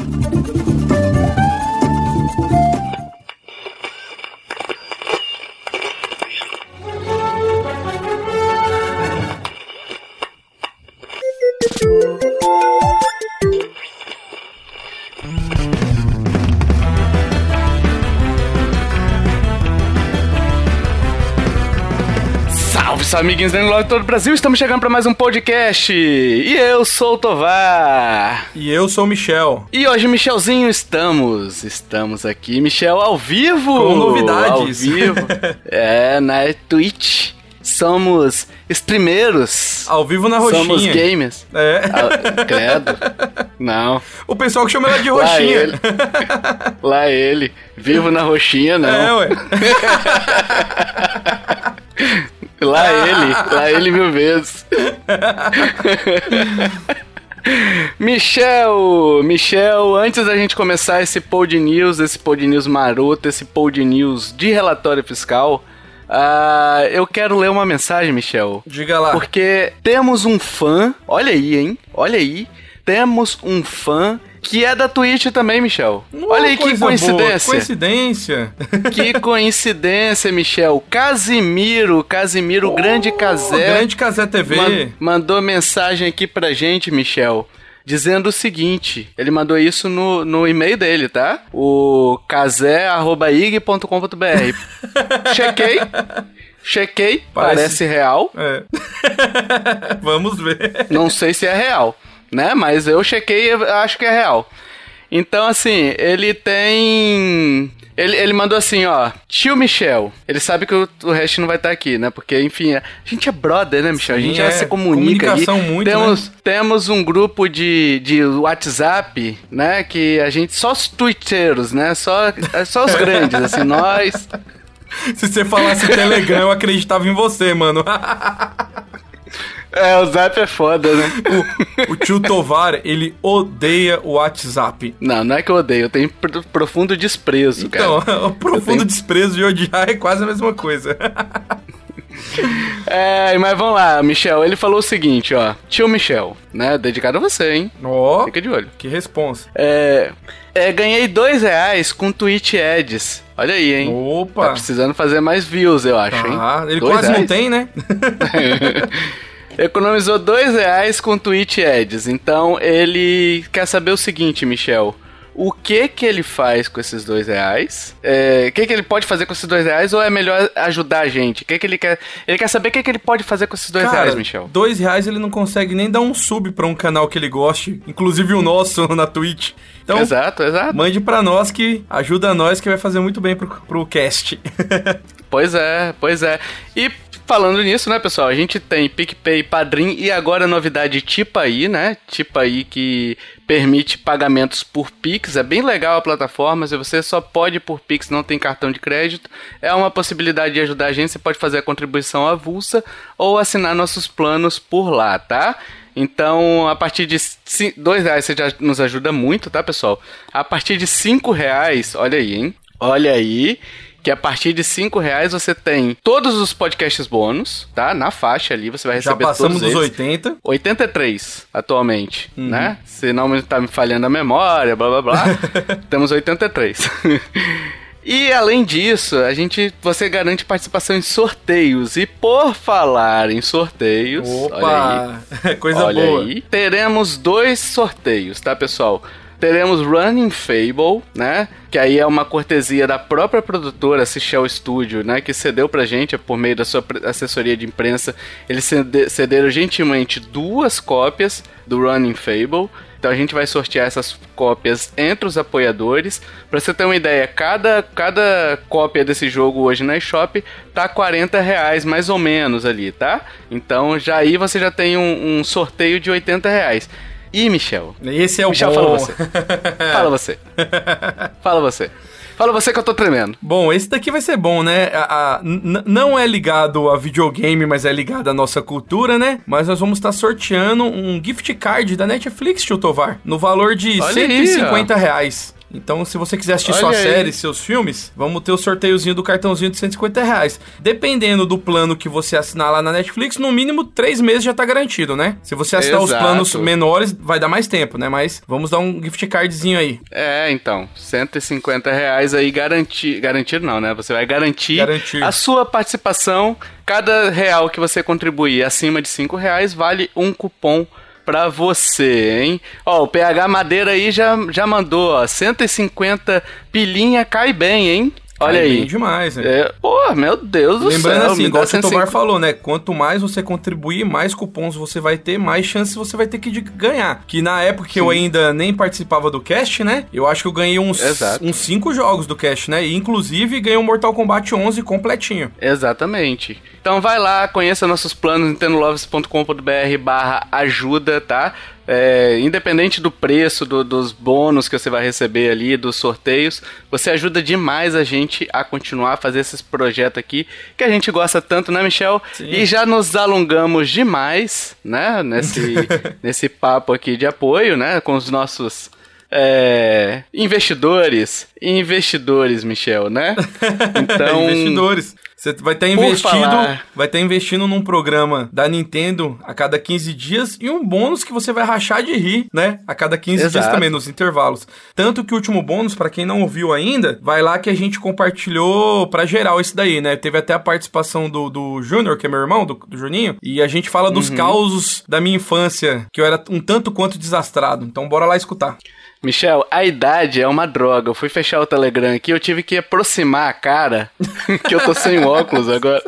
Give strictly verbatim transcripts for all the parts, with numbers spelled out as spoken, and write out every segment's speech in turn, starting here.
Amiguinhos da Nerdlog de todo o Brasil, estamos chegando para mais um podcast. E eu sou o Tovar. E eu sou o Michel. E hoje, Michelzinho, estamos Estamos aqui, Michel, ao vivo. Com novidades. Ao vivo. É, na Twitch. Somos streameiros. Ao vivo na roxinha. Somos gamers. É. Ah, credo. Não. O pessoal que chama ela de roxinha. Lá ele. Lá ele. Vivo na roxinha, não. É, ué. Lá ele, lá ele mil vezes. Michel, Michel, antes da gente começar esse Pod News, esse Pod News maroto, esse Pod News de relatório fiscal, uh, eu quero ler uma mensagem, Michel. Diga lá. Porque temos um fã, olha aí, hein, olha aí, temos um fã que é da Twitch também, Michel. Uh, olha aí que coincidência. Boa, que coincidência. Que coincidência, Michel. Casimiro, Casimiro, o oh, grande Casé. Grande Casé T V. Man, mandou mensagem aqui pra gente, Michel, dizendo o seguinte. Ele mandou isso no, no e-mail dele, tá? O casé arroba i g ponto com ponto b r. Chequei. Chequei. Parece, parece real. É. Vamos ver. Não sei se é real, né? Mas eu chequei e acho que é real. Então, assim, ele tem... Ele, ele mandou assim, ó... Tio Michel. Ele sabe que o, o resto não vai estar aqui, né? Porque, enfim, a gente é brother, né, Michel? Sim, a gente já é, se comunica aí. Muito, temos, né? Temos um grupo de, de WhatsApp, né? Que a gente... Só os twitteiros, né? Só, só os grandes, assim, nós... Se você falasse Telegram, eu acreditava em você, mano. É, o Zap é foda, né? O, o tio Tovar, ele odeia o WhatsApp. Não, não é que eu odeio, eu tenho pr- profundo desprezo, então, cara. Então, o profundo tenho... desprezo de odiar é quase a mesma coisa. É, mas vamos lá, Michel, ele falou o seguinte, ó. Tio Michel, né, dedicado a você, hein? Ó, fica de olho. Que responsa. É, é, ganhei dois reais com Twitch Ads. Olha aí, hein? Opa. Tá precisando fazer mais views, eu acho, hein? Ah, ele dois quase reais. não tem, né? Economizou dois reais com Twitch Ads. Então, ele quer saber o seguinte, Michel. O que que ele faz com esses dois reais? É, o que que ele pode fazer com esses dois reais? Ou é melhor ajudar a gente? O que que ele quer... Ele quer saber o que que ele pode fazer com esses dois Cara, reais, Michel. Dois reais ele não consegue nem dar um sub pra um canal que ele goste. Inclusive o nosso na Twitch. Então, exato, exato. Mande pra nós que ajuda nós que vai fazer muito bem pro, pro cast. Pois é, pois é. E... falando nisso, né, pessoal, a gente tem PicPay, Padrim e agora a novidade Tipaí, né, Tipaí que permite pagamentos por Pix, é bem legal a plataforma, se você só pode por Pix, não tem cartão de crédito, é uma possibilidade de ajudar a gente, você pode fazer a contribuição avulsa ou assinar nossos planos por lá, tá? Então, a partir de dois reais você já nos ajuda muito, tá, pessoal? A partir de cinco reais, olha aí, hein, olha aí... que a partir de cinco reais você tem todos os podcasts bônus, tá? Na faixa ali, você vai receber todos eles. Já passamos dos oitenta. oitenta e três atualmente, uhum. né? Se não tá me falhando a memória, blá blá blá. Temos oitenta e três. E além disso, a gente, você garante participação em sorteios. E por falar em sorteios... Opa! Olha aí, coisa olha boa. Aí, teremos dois sorteios, tá, pessoal? Teremos Running Fable, né? Que aí é uma cortesia da própria produtora Cichel Studio, né? Que cedeu pra gente, por meio da sua assessoria de imprensa. Eles cederam gentilmente duas cópias do Running Fable. Então a gente vai sortear essas cópias entre os apoiadores. Pra você ter uma ideia, cada, cada cópia desse jogo hoje na eShop tá quarenta reais mais ou menos ali, tá? Então já aí você já tem um, um sorteio de oitenta reais. E, Michel? Esse é o Michel, bom. fala você. Fala você. Fala você. Fala você que eu tô tremendo. Bom, esse daqui vai ser bom, né? A, a, n- não é ligado a videogame, mas é ligado à nossa cultura, né? Mas nós vamos estar sorteando um gift card da Netflix, tio Tovar, no valor de Olha cento e cinquenta reais. Então, se você quiser assistir Olha sua aí. série, seus filmes, vamos ter o sorteiozinho do cartãozinho de cento e cinquenta reais. Dependendo do plano que você assinar lá na Netflix, no mínimo três meses já tá garantido, né? Se você assinar os Exato. planos menores, vai dar mais tempo, né? Mas vamos dar um gift cardzinho aí. É, então, cento e cinquenta reais aí garantir, garantir não, né? Você vai garantir, Garantir. a sua participação. Cada real que você contribuir acima de cinco reais vale um cupom pra você, hein? Ó, o P H Madeira aí já, já mandou, ó, cento e cinquenta pilinha cai bem, hein? Olha Cai aí. bem demais, né? É, pô, meu Deus do Lembrando céu. assim, me igual dá o Tobar cento e cinquenta. falou, né? Quanto mais você contribuir, mais cupons você vai ter, mais chances você vai ter que de ganhar. Que na época que eu ainda nem participava do cast, né? Eu acho que eu ganhei uns Exato. uns cinco jogos do cast, né? E inclusive ganhei um Mortal Kombat onze completinho. Exatamente. Então vai lá, conheça nossos planos, nintendo loves ponto com ponto b r barra ajuda, tá? É, independente do preço, do, dos bônus que você vai receber ali, dos sorteios, você ajuda demais a gente a continuar a fazer esses projetos aqui, que a gente gosta tanto, né, Michel? Sim. E já nos alongamos demais, né, nesse, nesse papo aqui de apoio, né, com os nossos... É, investidores, investidores, Michel, né? Então, Investidores. Você vai estar Por investindo, falar- vai estar investindo num programa da Nintendo a cada quinze dias e um bônus que você vai rachar de rir, né? A cada quinze dias Exato. também, nos intervalos. Tanto que o último bônus, pra quem não ouviu ainda, vai lá que a gente compartilhou pra geral esse daí, né? Teve até a participação do, do Júnior, que é meu irmão, do, do Juninho, e a gente fala dos causos da minha infância, que eu era um tanto quanto desastrado. Então bora lá escutar. Michel, a idade é uma droga. Eu fui fechar o Telegram aqui, eu tive que aproximar a cara, que eu tô sem óculos agora.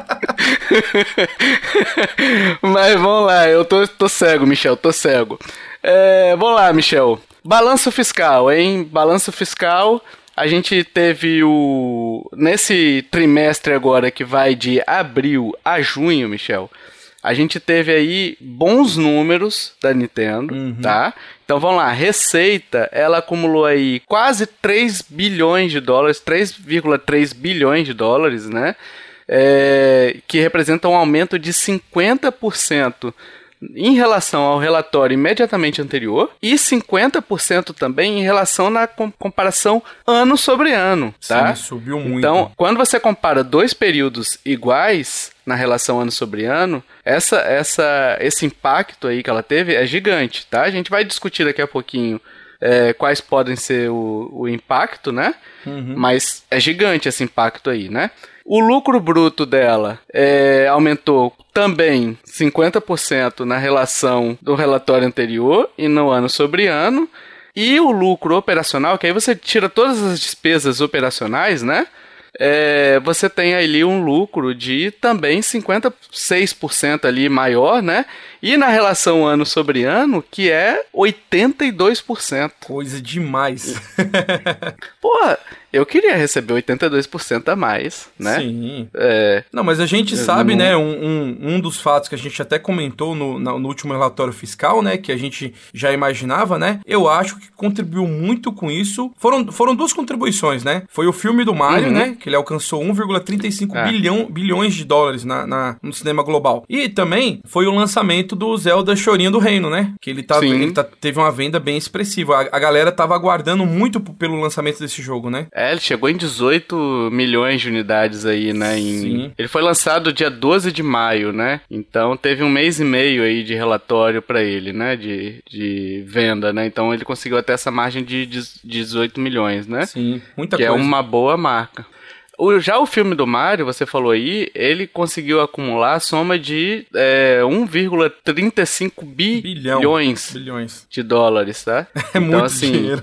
Mas vamos lá, eu tô, tô cego, Michel, tô cego. É, vamos lá, Michel. Balanço fiscal, hein? Balanço fiscal. A gente teve o... Nesse trimestre agora, que vai de abril a junho, Michel, a gente teve aí bons números da Nintendo, tá? Então vamos lá, receita, ela acumulou aí quase três bilhões de dólares, três vírgula três bilhões de dólares, né? É, que representa um aumento de cinquenta por cento em relação ao relatório imediatamente anterior e cinquenta por cento também em relação na com- comparação ano sobre ano, tá? Sim, subiu muito. Então, quando você compara dois períodos iguais na relação ano sobre ano, essa, essa, esse impacto aí que ela teve é gigante, tá? A gente vai discutir daqui a pouquinho é, quais podem ser o, o impacto, né? Mas é gigante esse impacto aí, né? O lucro bruto dela é, aumentou também cinquenta por cento na relação do relatório anterior e no ano sobre ano. E o lucro operacional, que aí você tira todas as despesas operacionais, né? É, você tem ali um lucro de também cinquenta e seis por cento ali maior, né? E na relação ano sobre ano, que é oitenta e dois por cento. Coisa demais. Porra, eu queria receber oitenta e dois por cento a mais, né? Sim. É, Não, mas a gente sabe, não- né, um, um, um dos fatos que a gente até comentou no, na- no último relatório fiscal, né, que a gente já imaginava, né, eu acho que contribuiu muito com isso. Foram, foram duas contribuições, né? Foi o filme do Mario, Uhum. né, que ele alcançou um vírgula trinta e cinco É. bilhão, bilhões de dólares na, na- no cinema global. E também foi o lançamento do Zelda Chorinho do Reino, né, que ele, tá, Sim. ele tá, teve uma venda bem expressiva. A, a galera tava aguardando muito p- pelo lançamento desse jogo, né? é, ele chegou em dezoito milhões de unidades aí, né? Em... Sim. Ele foi lançado dia doze de maio, né? Então teve um mês e meio aí de relatório pra ele, né? De, de venda, né? Então ele conseguiu até essa margem de dezoito milhões, né? Sim, muita que coisa. é uma boa marca. O, já o filme do Mario, você falou aí, ele conseguiu acumular a soma de é, um vírgula trinta e cinco Bilhão. bilhões Bilhões. de dólares, tá? É Então, muito assim, dinheiro.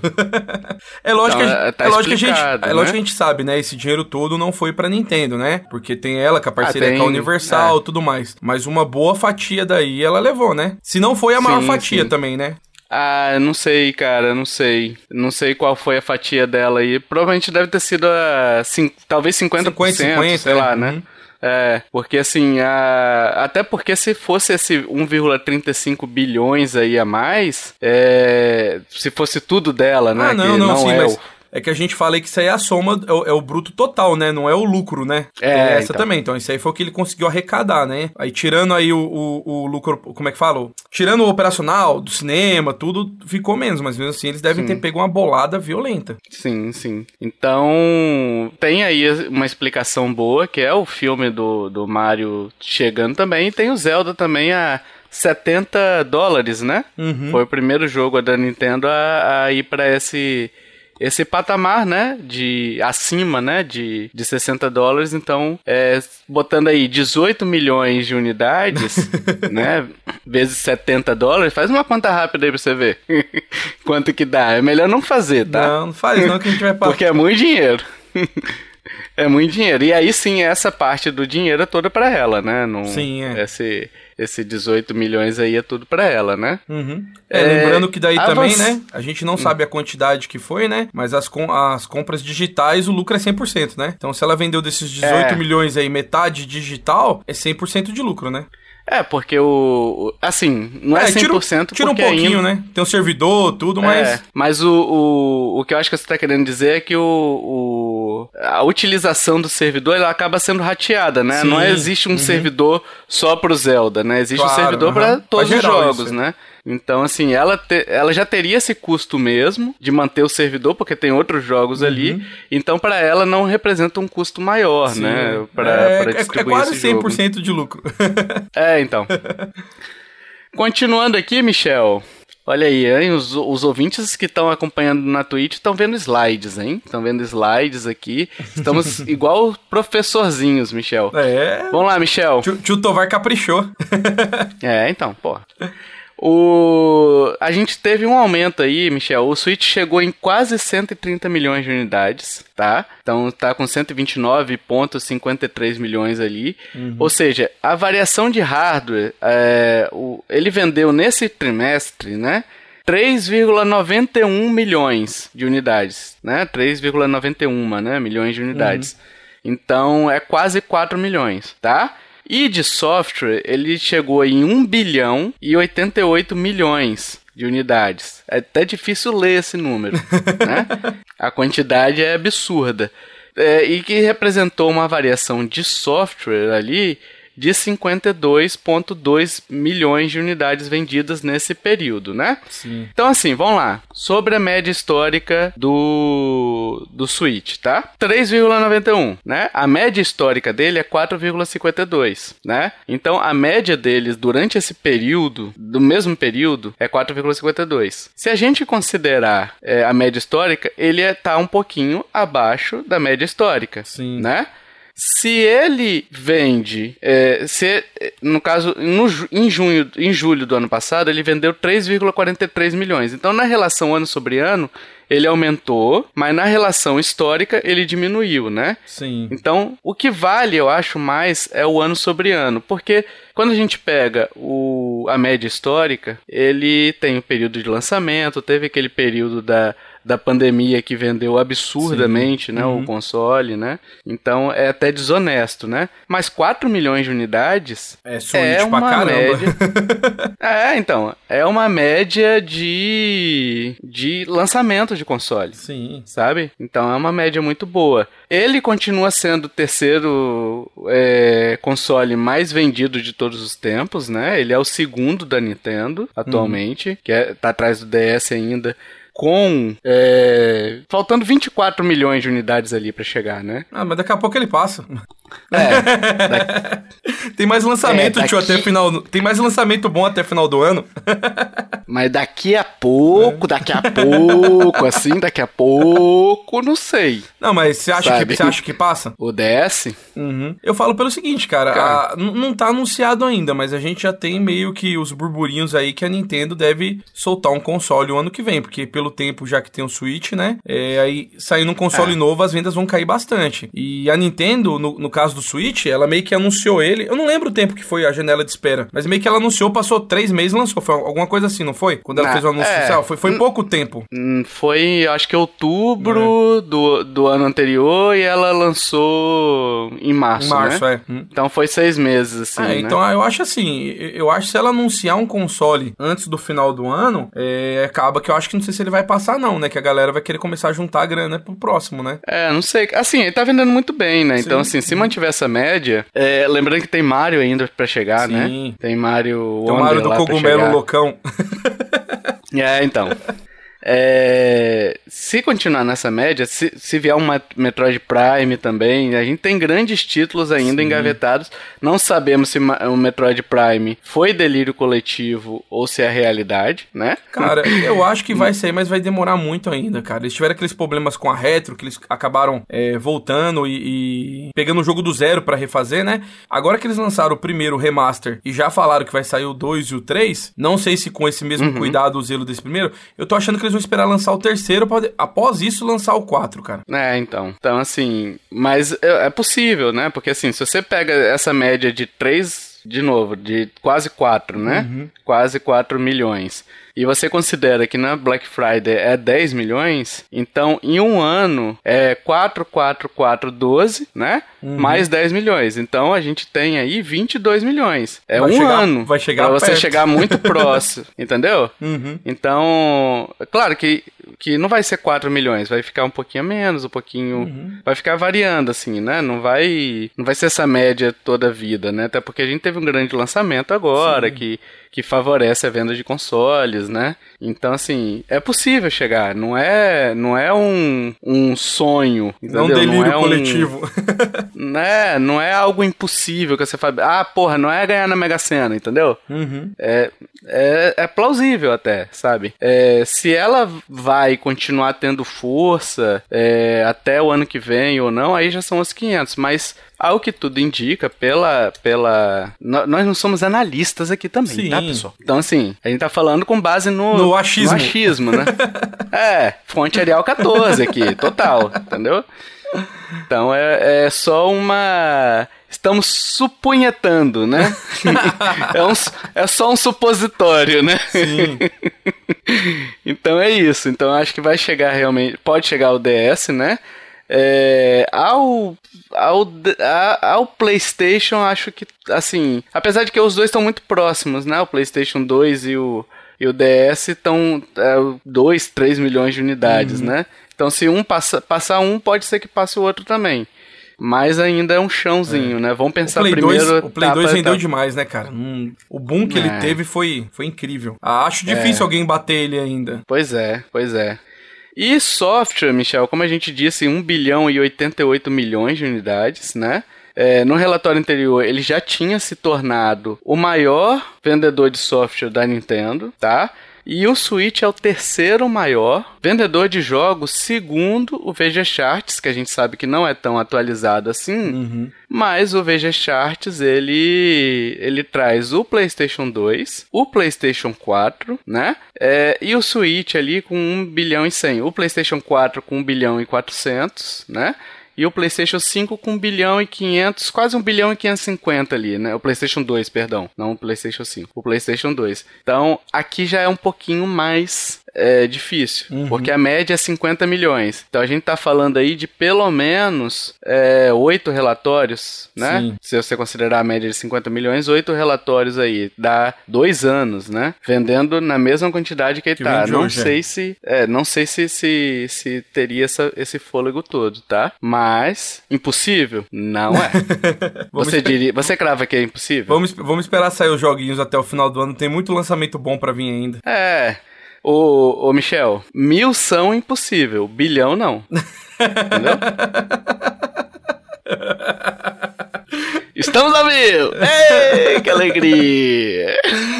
é lógico, Então, que, a gente, tá é lógico que a gente, explicado, é lógico né? que a gente sabe, né? Esse dinheiro todo não foi pra Nintendo, né? Porque tem ela com a parceria Ah, tem, com a Universal e é. tudo mais. Mas uma boa fatia daí ela levou, né? Se não foi a maior Sim, fatia sim. também, né? Ah, não sei, cara, não sei. Não sei qual foi a fatia dela aí. Provavelmente deve ter sido a, cin- talvez cinquenta por cento, cinquenta, cinquenta, sei é. lá, né? Uhum. É, porque assim, a... até porque se fosse esse um vírgula trinta e cinco bilhões aí a mais, é... se fosse tudo dela, né? Ah, não, que não, sim, é mas o... É que a gente fala aí que isso aí é a soma, é o, é o bruto total, né? Não é o lucro, né? É, é essa então. também. Então, isso aí foi o que ele conseguiu arrecadar, né? Aí, tirando aí o, o, o lucro, como é que fala? Tirando o operacional, do cinema, tudo, ficou menos. Mas mesmo assim, eles devem sim. ter pego uma bolada violenta. Sim, sim. Então, tem aí uma explicação boa, que é o filme do, do Mario chegando também. E tem o Zelda também a setenta dólares, né? Uhum. Foi o primeiro jogo da Nintendo a, a ir pra esse... esse patamar, né, de acima, né, de, de sessenta dólares, então, é, botando aí dezoito milhões de unidades, né, vezes setenta dólares, faz uma conta rápida aí pra você ver quanto que dá. É melhor não fazer, tá? Não, não faz não que a gente vai passar. Porque é muito dinheiro. É muito dinheiro. E aí sim, essa parte do dinheiro é toda pra ela, né? Não, sim, é. Esse... Esse dezoito milhões aí é tudo pra ela, né? Uhum. É, é, lembrando que daí também, né? A gente não sabe a quantidade que foi, né? Mas as, com, as compras digitais, o lucro é cem por cento, né? Então, se ela vendeu desses dezoito milhões aí, metade digital, é cem por cento de lucro, né? É, porque o... Assim, não é, é cem por cento tira, tira um pouquinho, ainda... né? Tem um servidor, tudo, mas... É, mas o, o, o que eu acho que você tá querendo dizer é que o, o a utilização do servidor, ela acaba sendo rateada, né? Sim. Não existe um uhum. servidor só pro Zelda, né? Existe claro, um servidor uhum. pra todos pra os jogos, isso. né? Então, assim, ela, te, ela já teria esse custo mesmo de manter o servidor, porque tem outros jogos uhum. ali. Então, para ela, não representa um custo maior, Sim. né? Pra, é, pra distribuir é quase esse cem por cento jogo. de lucro. É, então. Continuando aqui, Michel. Olha aí, hein? Os, os ouvintes que estão acompanhando na Twitch estão vendo slides, hein? Estão vendo slides aqui. Estamos igual professorzinhos, Michel. É. Vamos lá, Michel. Tio, tio Tovar caprichou. É, então, pô. O... A gente teve um aumento aí, Michel. O Switch chegou em quase cento e trinta milhões de unidades, tá? Então tá com cento e vinte e nove vírgula cinquenta e três milhões ali. Uhum. Ou seja, a variação de hardware, é, o... ele vendeu nesse trimestre, né? três vírgula noventa e um milhões de unidades, né? três vírgula noventa e um, né? milhões de unidades. Uhum. Então é quase quatro milhões, tá? E de software, ele chegou em um bilhão e oitenta e oito milhões de unidades. É até difícil ler esse número, né? A quantidade é absurda. É, e que representou uma variação de software ali de cinquenta e dois vírgula dois milhões de unidades vendidas nesse período, né? Sim. Então, assim, vamos lá. Sobre a média histórica do, do Switch, tá? três vírgula noventa e um, né? A média histórica dele é quatro vírgula cinquenta e dois, né? Então, a média deles durante esse período, do mesmo período, é quatro vírgula cinquenta e dois. Se a gente considerar é, a média histórica, ele está um pouquinho abaixo da média histórica, Sim. né? Se ele vende, é, se, no caso, no, em, junho, em julho do ano passado, ele vendeu três vírgula quarenta e três milhões. Então, na relação ano sobre ano, ele aumentou, mas na relação histórica, ele diminuiu, né? Sim. Então, o que vale, eu acho, mais é o ano sobre ano. Porque quando a gente pega o, a média histórica, ele tem o período de lançamento, teve aquele período da... da pandemia que vendeu absurdamente, Sim. né, uhum. o console, né? Então é até desonesto, né? Mas quatro milhões de unidades é, é uma pra caramba. média. É, então, é uma média de de lançamento de console. Sim. Sabe? Então é uma média muito boa. Ele continua sendo o terceiro é, console mais vendido de todos os tempos, né? Ele é o segundo da Nintendo atualmente, uhum. que é, tá atrás do D S ainda. Com é, faltando vinte e quatro milhões de unidades ali pra chegar, né? Ah, mas daqui a pouco ele passa. É. Daqui... Tem mais lançamento, é, daqui... tio, até final. Tem mais lançamento bom até final do ano. Mas daqui a pouco, é. daqui a pouco, assim, daqui a pouco, não sei. Não, mas você acha, que, você acha que passa? O D S? Uhum. Eu falo pelo seguinte, cara, cara. A, não tá anunciado ainda, mas a gente já tem meio que os burburinhos aí que a Nintendo deve soltar um console o ano que vem, porque pelo tempo já que tem o Switch, né, é, aí saindo um console é. novo, as vendas vão cair bastante. E a Nintendo, no, no caso caso do Switch, ela meio que anunciou ele, eu não lembro o tempo que foi a janela de espera, mas meio que ela anunciou, passou três meses e lançou, foi alguma coisa assim, não foi? Quando ela não, fez o anúncio é, oficial, foi, foi pouco tempo. Foi, acho que outubro é. do, do ano anterior e ela lançou em março, Em março, né? é. Hum. Então foi seis meses, assim, é, né? Então eu acho assim, eu acho que se ela anunciar um console antes do final do ano, é, acaba que eu acho que não sei se ele vai passar não, né? Que a galera vai querer começar a juntar a grana pro próximo, né? É, não sei. Assim, ele tá vendendo muito bem, né? Sim. Então, assim, se mantiver essa média... É, lembrando que tem Mario ainda pra chegar, Sim. né? Tem Mario... Tem o Mario do cogumelo loucão. É, então... É, se continuar nessa média, se, se vier uma Metroid Prime também, a gente tem grandes títulos ainda Sim. engavetados. Não sabemos se o Metroid Prime foi delírio coletivo ou se é realidade, né? Cara, eu acho que vai sair, mas vai demorar muito ainda, cara. Eles tiveram aqueles problemas com a Retro, que eles acabaram é, voltando e, e pegando o jogo do zero pra refazer, né? Agora que eles lançaram o primeiro remaster e já falaram que vai sair o dois e o três, não sei se com esse mesmo uhum. cuidado, o zelo desse primeiro, eu tô achando que eles vão esperar lançar o terceiro, pode, após isso lançar o quatro, cara. É, então. Então, assim, mas é, é possível, né? Porque, assim, se você pega essa média de três, de novo, de quase quatro, né? Uhum. Quase quatro milhões. E você considera que na Black Friday é dez milhões, então em um ano é quatro, quatro, quatro, doze, né? Uhum. Mais dez milhões. Então a gente tem aí vinte e dois milhões. É vai um chegar, ano vai chegar pra perto. Você chegar muito próximo, entendeu? Uhum. Então, claro que, que não vai ser quatro milhões, vai ficar um pouquinho menos, um pouquinho... Uhum. Vai ficar variando, assim, né? Não vai, não vai ser essa média toda a vida, né? Até porque a gente teve um grande lançamento agora, Sim. que... que favorece a venda de consoles, né? Então, assim, é possível chegar. Não é, não é um, um sonho, entendeu? Não um delírio não é coletivo. Um, né? Não é algo impossível que você fala, ah, porra, não é ganhar na Mega Sena, entendeu? Uhum. É, é, é plausível até, sabe? É, se ela vai continuar tendo força é, até o ano que vem ou não, aí já são os quinhentos, mas... Ao que tudo indica, pela... pela... Nós não somos analistas aqui também, Sim. tá, pessoal? Então, assim, a gente tá falando com base no... No achismo. No achismo, né? É, fonte Arial catorze aqui, total, entendeu? Então, é, é só uma... Estamos supunhetando, né? é, um, é só um supositório, né? Sim. Então, é isso. Então, acho que vai chegar realmente... Pode chegar o D S, né? É, ao, ao, ao PlayStation, acho que, assim, apesar de que os dois estão muito próximos, né? O PlayStation dois e o, e o D S estão é, dois, três milhões de unidades, uhum. né? Então, se um passa, passar um, pode ser que passe o outro também. Mas ainda é um chãozinho, é. né? Vamos pensar o Play primeiro... dois, o Play dois vendeu demais, né, cara? Hum, o boom que é. ele teve foi, foi incrível. Acho difícil é. alguém bater ele ainda. Pois é, pois é. E software, Michel, como a gente disse, um bilhão e oitenta e oito milhões de unidades, né? É, no relatório anterior, ele já tinha se tornado o maior vendedor de software da Nintendo, tá? E o Switch é o terceiro maior vendedor de jogos, segundo o V G Charts, que a gente sabe que não é tão atualizado assim, uhum. mas o V G Charts, ele, ele traz o PlayStation dois, o PlayStation quatro, né? É, e o Switch ali com um bilhão e cem. O PlayStation quatro com um bilhão e quatrocentos, né? E o PlayStation cinco com um bilhão e quinhentos, quase um bilhão e quinhentos e cinquenta ali, né? O PlayStation dois, perdão, não o PlayStation cinco, o PlayStation dois. Então, aqui já é um pouquinho mais é, difícil, uhum. porque a média é cinquenta milhões. Então, a gente tá falando aí de pelo menos é, oito relatórios, né? Sim. Se você considerar a média de cinquenta milhões, oito relatórios aí, dá dois anos, né? Vendendo na mesma quantidade que ele que tá. Não hoje, sei é. se, é, não sei se, se, se teria essa, esse fôlego todo, tá? Mas Mas, impossível? Não é. você, esper... diria, você crava que é impossível? Vamos, vamos esperar sair os joguinhos até o final do ano. Tem muito lançamento bom pra vir ainda. É. Ô, ô Michel, mil são impossível. Bilhão não. Entendeu? Estamos a mil! Ei, que alegria!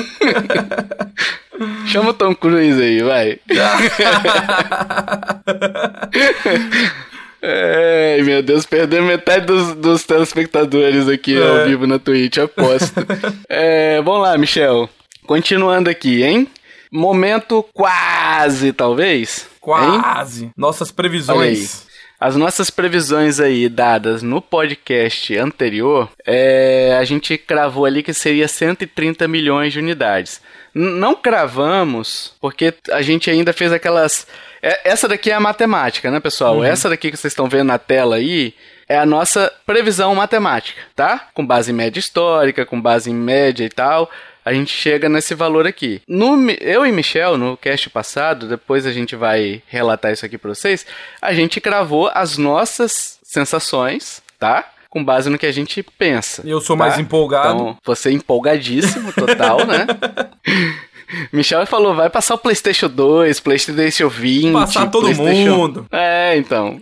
Chama o Tom Cruise aí, vai. Ai, meu Deus, perdeu metade dos, dos telespectadores aqui é. ao vivo na Twitch, aposto. é, vamos lá, Michel. Continuando aqui, hein? Momento quase, talvez? Quase. Hein? Nossas previsões. as nossas previsões aí dadas no podcast anterior, é, a gente cravou ali que seria cento e trinta milhões de unidades. N- não cravamos, porque a gente ainda fez aquelas... É, essa daqui é a matemática, né, pessoal? Uhum. Essa daqui que vocês estão vendo na tela aí é a nossa previsão matemática, tá? Com base em média histórica, com base em média e tal... A gente chega nesse valor aqui. No, eu e Michel, no cast passado, depois a gente vai relatar isso aqui para vocês, a gente cravou as nossas sensações, tá? Com base no que a gente pensa. Eu sou tá? mais empolgado. Então, você é empolgadíssimo, total, né? Michel falou, vai passar o PlayStation dois, PlayStation vinte... Passar todo PlayStation... mundo. É, então...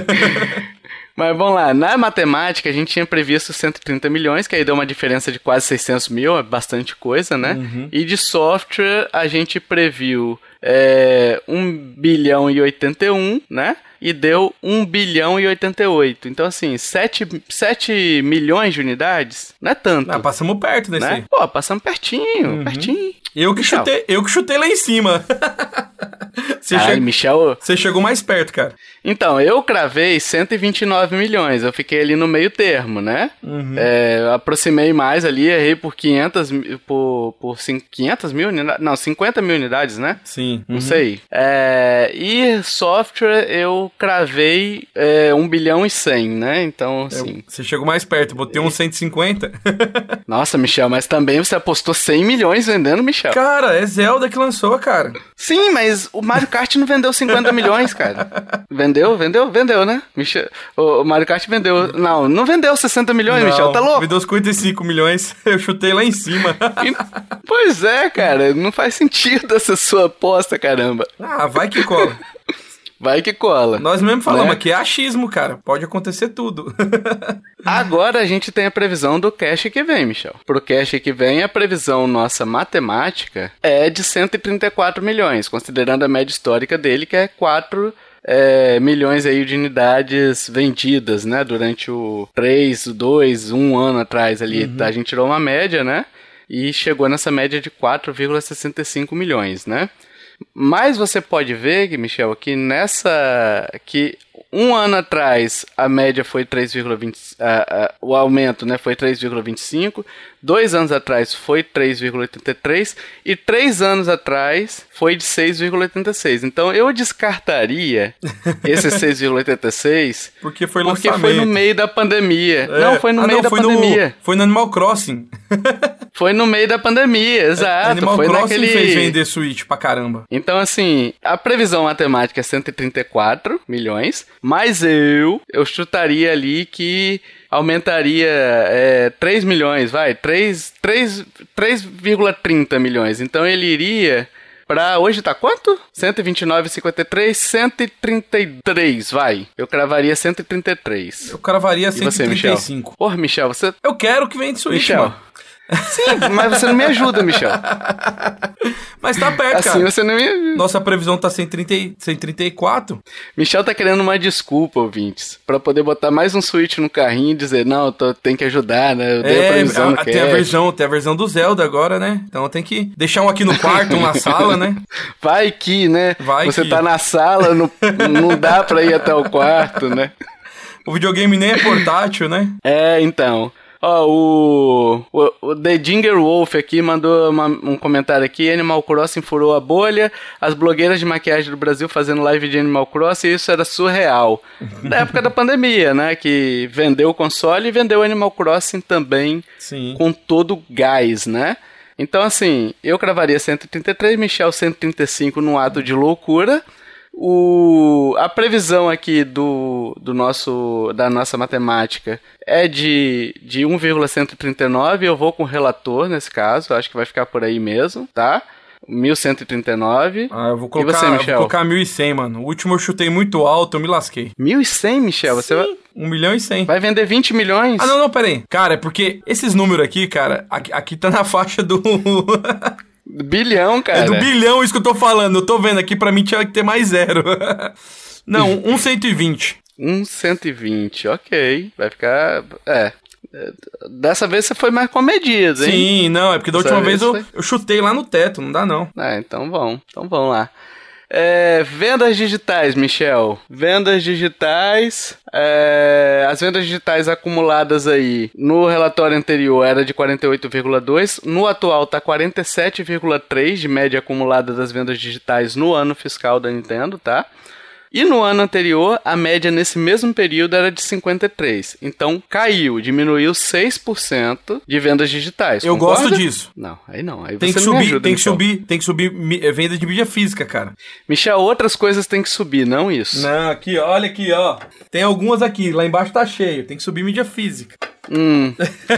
Mas vamos lá, na matemática a gente tinha previsto cento e trinta milhões, que aí deu uma diferença de quase seiscentos mil, é bastante coisa, né? Uhum. E de software a gente previu é, um bilhão e oitenta e um, né? E deu um bilhão e oitenta e oito. Então, assim, sete milhões de unidades não é tanto. Ah, passamos perto nesse né? aí. Pô, passamos pertinho, uhum. pertinho. Eu que, chutei, eu que chutei lá em cima. Você, Ai, che... Michel... Você chegou mais perto, cara. Então, eu cravei cento e vinte e nove milhões. Eu fiquei ali no meio termo, né? Uhum. É, eu aproximei mais ali, errei por quinhentas, por, por quinhentas mil unidades. Não, cinquenta mil unidades, né? Sim. Não uhum. sei. É, e software eu cravei é, um bilhão e cem, né? Então, assim... Eu, você chegou mais perto, botei uns cento e cinquenta. Nossa, Michel, mas também você apostou cem milhões vendendo, Michel. Cara, é Zelda que lançou, cara. Sim, mas o Mario Kart não vendeu cinquenta milhões, cara. Vendeu? Vendeu? Vendeu, né? Michel, o Mario Kart vendeu... Não, não vendeu sessenta milhões, não, Michel, tá louco? Vendeu cinquenta e cinco milhões, eu chutei lá em cima. E, pois é, cara, não faz sentido essa sua aposta, caramba. Ah, vai que cola. Vai que cola. Nós mesmo falamos, né? Aqui é achismo, cara. Pode acontecer tudo. Agora a gente tem a previsão do cash que vem, Michel. Pro cash que vem, a previsão nossa matemática é de cento e trinta e quatro milhões, considerando a média histórica dele, que é quatro é, milhões aí de unidades vendidas, né? Durante o três, dois, um ano atrás ali. Uhum. A gente tirou uma média, né? E chegou nessa média de quatro vírgula sessenta e cinco milhões, né? Mas você pode ver, Michel, que nessa... que um ano atrás a média foi três vírgula vinte... Uh, uh, o aumento, né, foi três vírgula vinte e cinco, dois anos atrás foi três vírgula oitenta e três e três anos atrás foi de seis vírgula oitenta e seis. Então eu descartaria esse seis vírgula oitenta e seis porque foi porque lançamento. foi no meio da pandemia. É. Não, foi no ah, meio não, da foi pandemia. No, foi no Animal Crossing. Foi no meio da pandemia, exato. É, Animal foi Crossing naquele... fez vender Switch pra caramba. Então, assim, a previsão matemática é cento e trinta e quatro milhões, mas eu, eu chutaria ali que aumentaria é, três milhões, vai, três vírgula trinta milhões. Então ele iria pra, hoje tá quanto? cento e vinte e nove vírgula cinquenta e três, cento e trinta e três, vai. Eu cravaria cento e trinta e três. Eu cravaria e cento e trinta e cinco. Você, Porra, Michel, você... Eu quero que venha de Switch, Michel. mano. Sim, mas você não me ajuda, Michel. Mas tá perto, assim cara. Assim você não me ajuda. Nossa previsão tá cento e trinta e quatro. Michel tá querendo uma desculpa, ouvintes, pra poder botar mais um Switch no carrinho e dizer, não, eu tô, tem que ajudar, né? Eu dei é, a previsão a, tem, a versão, tem a versão do Zelda agora, né? Então tem que deixar um aqui no quarto, um na sala, né? Vai que, né? Vai você que... tá na sala, não, não dá pra ir até o quarto, né? O videogame nem é portátil, né? É, então... Ó, oh, o, o, o The Dinger Wolf aqui mandou uma, um comentário aqui. Animal Crossing furou a bolha. As blogueiras de maquiagem do Brasil fazendo live de Animal Crossing. Isso era surreal. Na época da pandemia, né? Que vendeu o console e vendeu Animal Crossing também. Sim. Com todo o gás, né? Então, assim, eu cravaria cento e trinta e três, Michel cento e trinta e cinco num ato de loucura. O, a previsão aqui do, do nosso, da nossa matemática é de, de um vírgula cento e trinta e nove. Eu vou com o relator nesse caso, acho que vai ficar por aí mesmo, tá? mil cento e trinta e nove. Ah, eu vou colocar, você, Michel? Eu vou colocar mil e cem, mano. O último eu chutei muito alto, eu me lasquei. mil e cem, Michel? Você vai... um milhão e cem. Vai vender vinte milhões? Ah, não, não, pera aí. Cara, é porque esses números aqui, cara, aqui, aqui tá na faixa do... Bilhão, cara. É do bilhão isso que eu tô falando. Eu tô vendo aqui, pra mim tinha que ter mais zero. Não, um cento e vinte. um cento e vinte, ok. Vai ficar... É... Dessa vez você foi mais comedido, hein? Sim, não, é porque da Dessa última vez, vez eu, foi... eu chutei lá no teto, não dá não. É, então vamos, então vamos lá. É, vendas digitais, Michel. Vendas digitais. É, as vendas digitais acumuladas aí no relatório anterior era de quarenta e oito vírgula dois. No atual tá quarenta e sete vírgula três de média acumulada das vendas digitais no ano fiscal da Nintendo, tá? E no ano anterior, a média nesse mesmo período era de cinquenta e três. Então, caiu, diminuiu seis por cento de vendas digitais. Eu concorda? gosto disso. Não, aí não. Aí tem você que não me subir, ajuda, tem que Michel. subir, tem que subir mi- venda de mídia física, cara. Michel, outras coisas tem que subir, não isso. Não, aqui, olha aqui, ó. Tem algumas aqui, lá embaixo tá cheio. Tem que subir mídia física. Hum,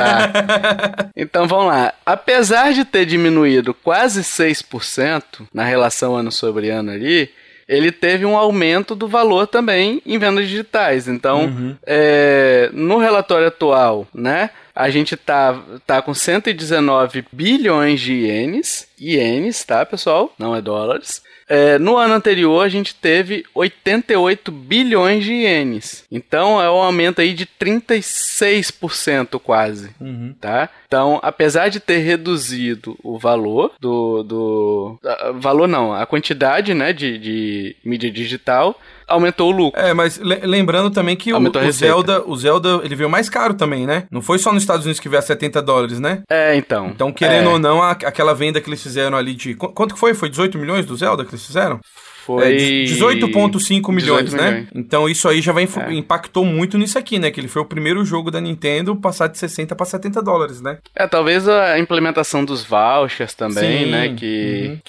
tá. Então vamos lá. Apesar de ter diminuído quase seis por cento na relação ano sobre ano ali, ele teve um aumento do valor também em vendas digitais. Então, uhum. é, no relatório atual, né, a gente tá, tá com cento e dezenove bilhões de ienes, ienes, tá, pessoal? Não é dólares. É, no ano anterior, a gente teve oitenta e oito bilhões de ienes. Então, é um aumento aí de trinta e seis por cento quase, uhum. tá? Então, apesar de ter reduzido o valor do... do uh, valor não, a quantidade, né, de, de mídia digital, aumentou o lucro. É, mas le- lembrando também que o, o Zelda, o Zelda, ele veio mais caro também, né? Não foi só nos Estados Unidos que veio a setenta dólares, né? É, então. Então, querendo é. ou não, a, aquela venda que eles fizeram ali de... Quanto que foi? Foi dezoito milhões do Zelda que eles fizeram? Foi... É, dezoito vírgula cinco milhões, dezoito né? milhões. Então isso aí já vai influ- É. impactou muito nisso aqui, né? Que ele foi o primeiro jogo da Nintendo passar de sessenta para setenta dólares, né? É, talvez a implementação dos vouchers também, Sim. né? Que, Uhum.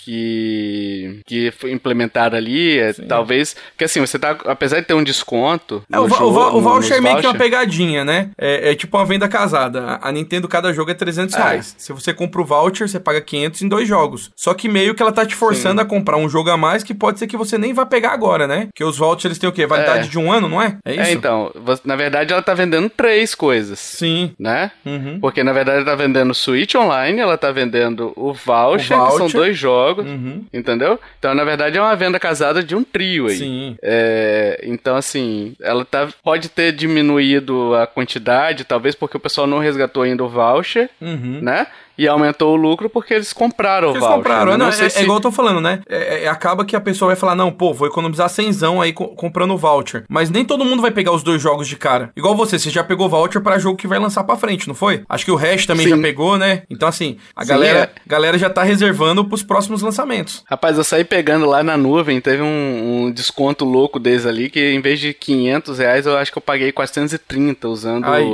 que, que foi implementada ali, é, talvez... Porque assim, você tá... Apesar de ter um desconto... É, o, va- jogo, o, va- o no- voucher é nos meio que uma voucher, pegadinha, né? É, é tipo uma venda casada. A Nintendo, cada jogo é trezentos reais. Se você compra o voucher, você paga quinhentos em dois jogos. Só que meio que ela tá te forçando Sim. a comprar um jogo a mais que pode ser que você nem vá pegar agora, né? Porque os vouchers eles têm o quê? Validade É. de um ano, não é? É isso? É, então, vo- na verdade ela tá vendendo três coisas, Sim. né? Uhum. Porque na verdade ela tá vendendo o Switch Online, ela tá vendendo o voucher, O que são voucher. dois jogos, Uhum. entendeu? Então na verdade é uma venda casada de um trio aí. Sim. É, então assim, ela tá, pode ter diminuído a quantidade, talvez porque o pessoal não resgatou ainda o voucher, Uhum. né? E aumentou o lucro porque eles compraram Porque o eles voucher. compraram. né? Não, Não sei é, se... é igual eu tô falando, né? É, é, acaba que a pessoa vai falar, não, pô, vou economizar cenzão aí co- comprando o voucher. Mas nem todo mundo vai pegar os dois jogos de cara. Igual você, você já pegou voucher pra jogo que vai lançar pra frente, não foi? Acho que o Hash também Sim. já pegou, né? Então, assim, a Sim, galera, é. galera já tá reservando pros próximos lançamentos. Rapaz, eu saí pegando lá na nuvem, teve um, um desconto louco deles ali, que em vez de quinhentos reais, eu acho que eu paguei quatrocentos e trinta usando, Aí.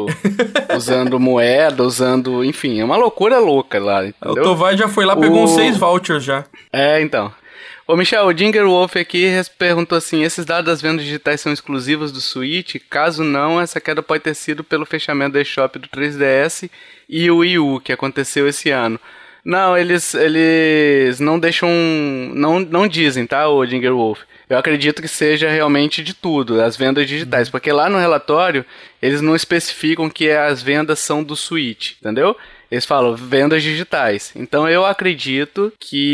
usando moeda, usando, enfim, é uma loucura louca lá, O entendeu? Tovai já foi lá, pegou O- uns seis vouchers já. É, então. Ô, Michel, o Dinger Wolf aqui res- perguntou assim, esses dados das vendas digitais são exclusivos do Switch? Caso não, essa queda pode ter sido pelo fechamento da eShop do três D S e o Wii U, que aconteceu esse ano. Não, eles, eles não deixam, não, não dizem, tá, o Dinger Wolf? Eu acredito que seja realmente de tudo, as vendas digitais, porque lá no relatório eles não especificam que as vendas são do Switch, entendeu? Eles falam vendas digitais. Então eu acredito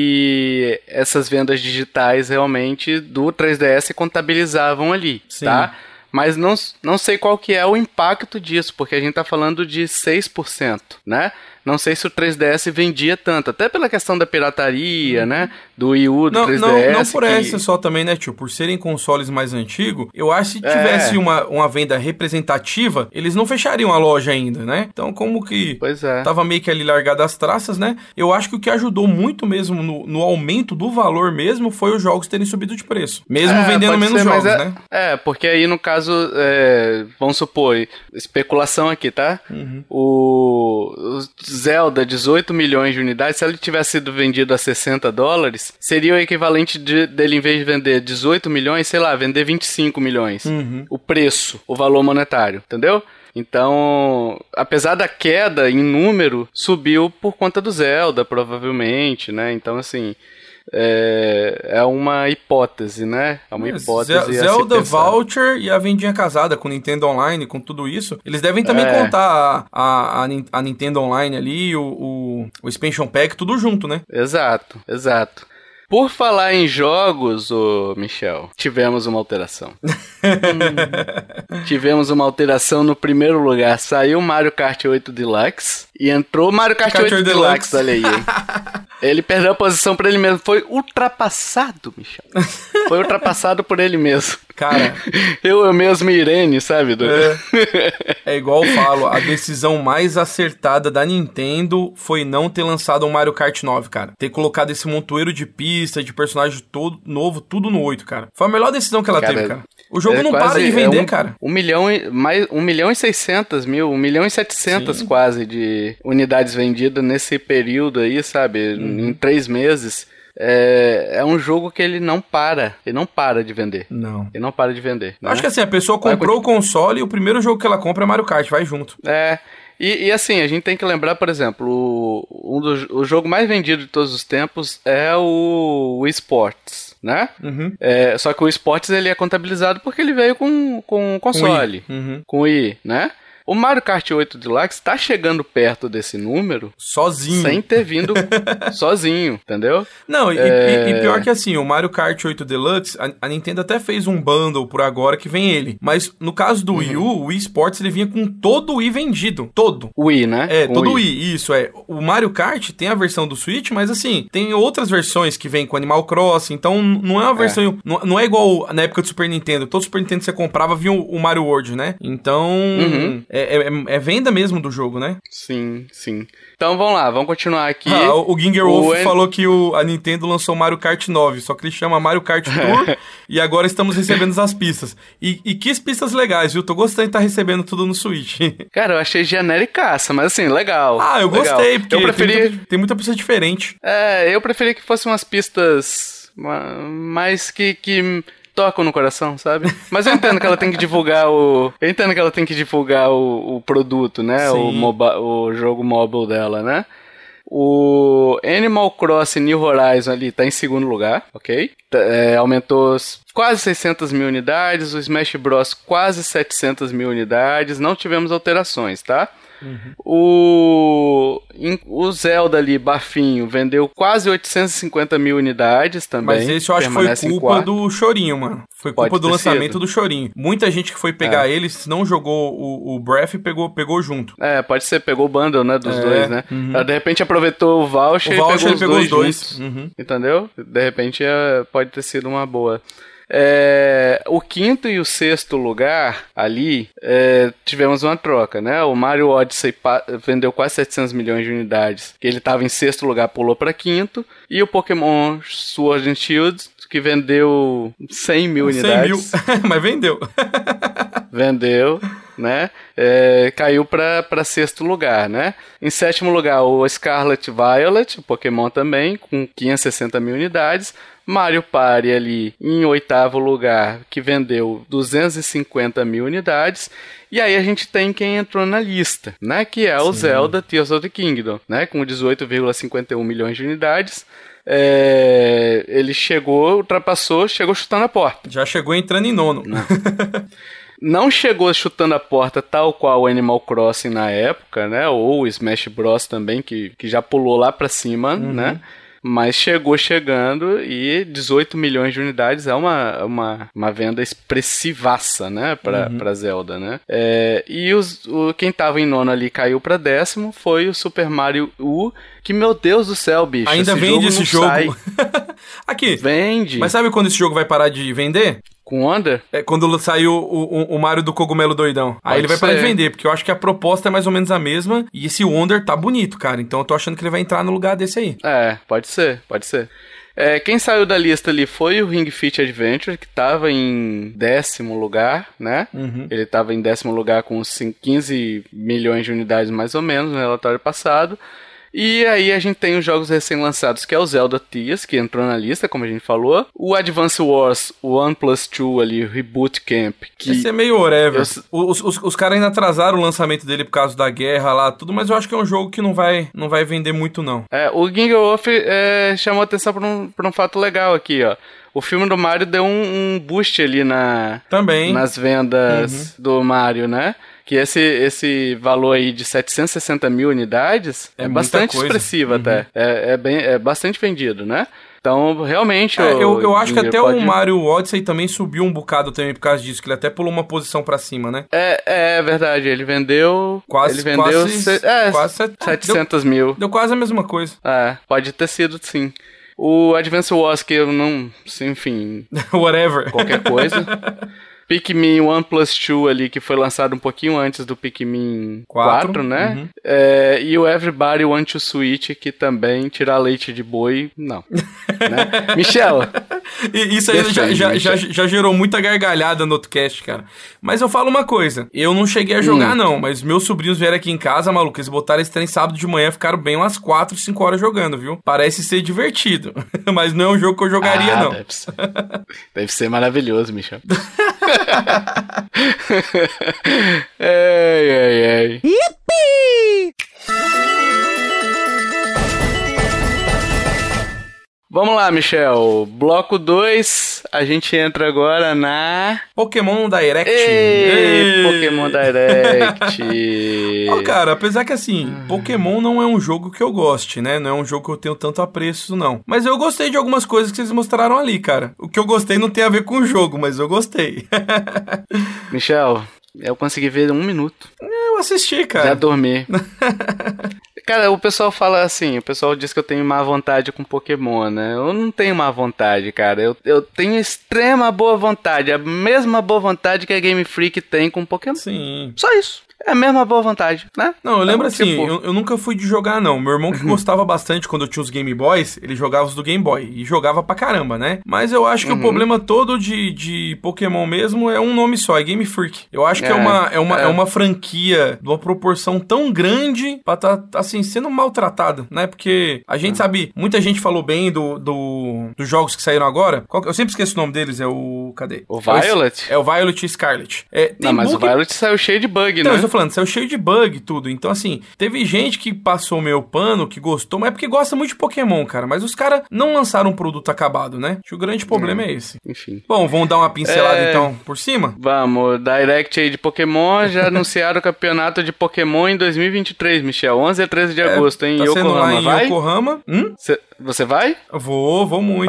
que essas vendas digitais realmente do três D S contabilizavam ali, Sim. tá? Mas não, não sei qual que é o impacto disso, porque a gente tá falando de seis por cento, né? Não sei se o três D S vendia tanto, até pela questão da pirataria, né? Do Wii U, do Não, três D não, S. não por que... essa só também, né, tio? Por serem consoles mais antigos, eu acho que se É. tivesse uma, uma venda representativa, eles não fechariam a loja ainda, né? Então, como que Pois é. tava meio que ali largado as traças, né? Eu acho que o que ajudou muito mesmo no, no aumento do valor mesmo foi os jogos terem subido de preço. Mesmo É, vendendo pode menos ser, mas jogos, é, né? É, porque aí no caso, é, vamos supor, especulação aqui, tá? Uhum. O, o Zelda, dezoito milhões de unidades, se ele tivesse sido vendido a sessenta dólares, seria o equivalente de, dele, em vez de vender dezoito milhões, sei lá, vender vinte e cinco milhões. Uhum. O preço, o valor monetário, entendeu? Então, apesar da queda em número, subiu por conta do Zelda, provavelmente, né? Então, assim, é, é uma hipótese, né? É uma É, hipótese a Ze- se Zelda, pensar. Voucher e a vendinha casada com Nintendo Online, com tudo isso. Eles devem também É. contar a, a, a Nin- a Nintendo Online ali, o, o, o Expansion Pack, tudo junto, né? Exato, exato. Por falar em jogos, ô Michel, tivemos uma alteração. Hum. Tivemos uma alteração no primeiro lugar. Saiu Mario Kart oito Deluxe e entrou Mario Kart, Kart oito oito Deluxe, Deluxe. olha aí. Hein? Ele perdeu a posição pra ele mesmo. Foi ultrapassado, Michel. Foi ultrapassado por ele mesmo. Cara... Eu, eu mesmo e Irene, sabe? Do... É, é igual eu falo, a decisão mais acertada da Nintendo foi não ter lançado um Mario Kart nove, cara. Ter colocado esse montoeiro de pista, de personagem todo novo, tudo no oito, cara. Foi a melhor decisão que ela cara, teve, cara. O jogo é não quase, para de vender, é um, cara. Um milhão e... Mais, um milhão e seiscentos mil, um milhão e setecentos quase de unidades vendidas nesse período aí, sabe? Uhum. Em três meses. É, é um jogo que ele não para. Ele não para de vender. Não. Ele não para de vender. Acho né? que assim, a pessoa comprou vai... o console e o primeiro jogo que ela compra é Mario Kart, vai junto. É. E, e assim, a gente tem que lembrar, por exemplo, o, um dos, o jogo mais vendido de todos os tempos é o Wii Sports, né? Uhum. É, só que o Wii Sports ele é contabilizado porque ele veio com, com console, com Wii, uhum. com Wii, né? O Mario Kart oito Deluxe tá chegando perto desse número... Sozinho. Sem ter vindo sozinho, entendeu? Não, e, é... e, e pior que assim, o Mario Kart oito Deluxe, a, a Nintendo até fez um bundle por agora que vem ele. Mas no caso do uhum. Wii U, o Wii Sports, ele vinha com todo o Wii vendido. Todo. O Wii, né? É, com todo o Wii. Wii, isso, é. O Mario Kart tem a versão do Switch, mas assim, tem outras versões que vem com Animal Crossing, então não é uma versão... É. Não, não é igual na época do Super Nintendo. Todo Super Nintendo que você comprava vinha o, o Mario World, né? Então, uhum. é, é, é venda mesmo do jogo, né? Sim, sim. Então vamos lá, vamos continuar aqui. Ah, o, o Ginger Wolf N... falou que o, a Nintendo lançou Mario Kart nove, só que ele chama Mario Kart Tour e agora estamos recebendo as pistas. E, e que pistas legais, viu? Tô gostando de estar tá recebendo tudo no Switch. Cara, eu achei genericaça, mas assim, legal. Ah, eu legal. gostei, porque eu preferi... tem, muita, tem muita pista diferente. É, eu preferi que fossem umas pistas mais que... que... tocam no coração, sabe? Mas eu entendo que ela tem que divulgar o... Eu entendo que ela tem que divulgar o, o produto, né? O, moba... o jogo mobile dela, né? O Animal Crossing New Horizon ali tá em segundo lugar, ok? É, aumentou quase seiscentas mil unidades, o Smash Bros quase setecentas mil unidades, não tivemos alterações, tá? Uhum. O, o Zelda ali, bafinho, vendeu quase oitocentas e cinquenta mil unidades também. Mas esse eu acho que foi culpa do Chorinho, mano. Foi culpa Pode do lançamento sido. do Chorinho. Muita gente que foi pegar é. ele, se não jogou o, o Breath, pegou, pegou junto. É, pode ser, pegou o bundle, né, dos é. dois, né? Uhum. De repente aproveitou o voucher, o voucher e pegou, ele os, pegou dois os dois. Uhum. Entendeu? De repente é, pode ter sido uma boa. É, o quinto e o sexto lugar ali é, tivemos uma troca, né? O Mario Odyssey pa- vendeu quase setecentos milhões de unidades, que ele estava em sexto lugar, pulou para quinto, e o Pokémon Sword and Shield, que vendeu cem mil unidades. cem mil, mas vendeu. Vendeu, né? É, caiu para sexto lugar, né? Em sétimo lugar, o Scarlet Violet, o Pokémon também, com quinhentas e sessenta mil unidades. Mario Party ali em oitavo lugar, que vendeu duzentas e cinquenta mil unidades. E aí a gente tem quem entrou na lista, né? Que é o Sim. Zelda Tears of the Kingdom, né? Com dezoito vírgula cinquenta e um milhões de unidades. É, ele chegou, ultrapassou, chegou chutando a porta. Já chegou entrando em nono. Não. Não chegou chutando a porta tal qual o Animal Crossing na época, né? Ou o Smash Bros também, que, que já pulou lá pra cima, uhum. né? Mas chegou chegando e dezoito milhões de unidades é uma, uma, uma venda expressivaça, né, pra, uhum. pra Zelda, né? É, e os, o, quem tava em nono ali caiu pra décimo foi o Super Mario U, que, meu Deus do céu, bicho. Ainda esse vende jogo esse não jogo. Sai. Aqui. Vende. Mas sabe quando esse jogo vai parar de vender? Com Wonder? É quando saiu o, o, o Mario do Cogumelo Doidão. Pode Aí ele vai ser. parar de vender, porque eu acho que a proposta é mais ou menos a mesma. E esse Wonder tá bonito, cara. Então eu tô achando que ele vai entrar no lugar desse aí. É, pode ser, pode ser. É, quem saiu da lista ali foi o Ring Fit Adventure, que tava em décimo lugar, né? Uhum. Ele tava em décimo lugar com quinze milhões de unidades mais ou menos no relatório passado. E aí a gente tem os jogos recém-lançados, que é o Zelda Tears, que entrou na lista, como a gente falou. O Advance Wars, o One Plus dois ali, o Reboot Camp. Que Esse é meio whatever. Eu... Os, os, os caras ainda atrasaram o lançamento dele por causa da guerra lá, tudo, mas eu acho que é um jogo que não vai, não vai vender muito, não. É, o Ginger Wolf é, chamou atenção por um, por um fato legal aqui, ó. O filme do Mario deu um, um boost ali na, Também. nas vendas uhum. do Mario, né? Que esse, esse valor aí de setecentas e sessenta mil unidades é, é bastante expressivo uhum. até. É, é, bem, é bastante vendido, né? Então, realmente... É, o eu, eu acho que até pode... o Mario Odyssey também subiu um bocado também por causa disso, que ele até pulou uma posição pra cima, né? É, é verdade, ele vendeu... Quase, ele vendeu quase, se, é, quase set... setecentos deu, mil. Deu quase a mesma coisa. É, pode ter sido, sim. O Advance Wars, que eu não... Enfim... Whatever. Qualquer coisa. Pikmin One Plus dois ali, que foi lançado um pouquinho antes do Pikmin quatro, quatro né? Uhum. É, e o Everybody Want to Switch, que também tirar leite de boi, não. Né? Michel! E isso aí já, já, já, já gerou muita gargalhada no outro cast, cara. Mas eu falo uma coisa, eu não cheguei a jogar hum. não, mas meus sobrinhos vieram aqui em casa, maluco, eles botaram esse trem sábado de manhã, ficaram bem umas quatro, cinco horas jogando, viu? Parece ser divertido, mas não é um jogo que eu jogaria, ah, não. Deve ser, deve ser maravilhoso, Michel. Ai, ai, ai. Yippee! Vamos lá, Michel. Bloco dois, a gente entra agora na... Pokémon Direct. Ei, Ei. Pokémon Direct. Ó, oh, cara, apesar que assim, ah. Pokémon não é um jogo que eu goste, né? Não é um jogo que eu tenho tanto apreço, não. Mas eu gostei de algumas coisas que vocês mostraram ali, cara. O que eu gostei não tem a ver com o jogo, mas eu gostei. Michel, eu consegui ver um minuto. Eu assisti, cara. Já dormi. Cara, o pessoal fala assim, o pessoal diz que eu tenho má vontade com Pokémon, né? Eu não tenho má vontade, cara. Eu, eu tenho extrema boa vontade, a mesma boa vontade que a Game Freak tem com Pokémon. Sim. Só isso. É a mesma boa vontade, né? Não, eu lembro então, assim, tipo... eu, eu nunca fui de jogar, não. Meu irmão que gostava bastante quando eu tinha os Game Boys, ele jogava os do Game Boy. E jogava pra caramba, né? Mas eu acho que uhum. o problema todo de, de Pokémon mesmo é um nome só, é Game Freak. Eu acho é, que é uma, é, uma, é. é uma franquia de uma proporção tão grande pra tá, assim, sendo maltratada, né? Porque a gente é. sabe, muita gente falou bem do, do, dos jogos que saíram agora. Qual, eu sempre esqueço o nome deles, é o... Cadê? O Violet? É o, é o Violet e Scarlet. É, tem não, mas bug... o Violet saiu cheio de bug, então, né? Eu tô falando, saiu cheio de bug e tudo. Então, assim, teve gente que passou meu pano, que gostou, mas é porque gosta muito de Pokémon, cara. Mas os caras não lançaram um produto acabado, né? Acho que o grande problema é, é esse. Enfim. Bom, vamos dar uma pincelada, é... então, por cima? Vamos. Direct aí de Pokémon. Já anunciaram o campeonato de Pokémon em dois mil e vinte e três, Michel. onze a treze de é, agosto, hein? Tá Yokohama, sendo lá em vai? Yokohama. Hum? Cê... Você vai? Vou, vou muito.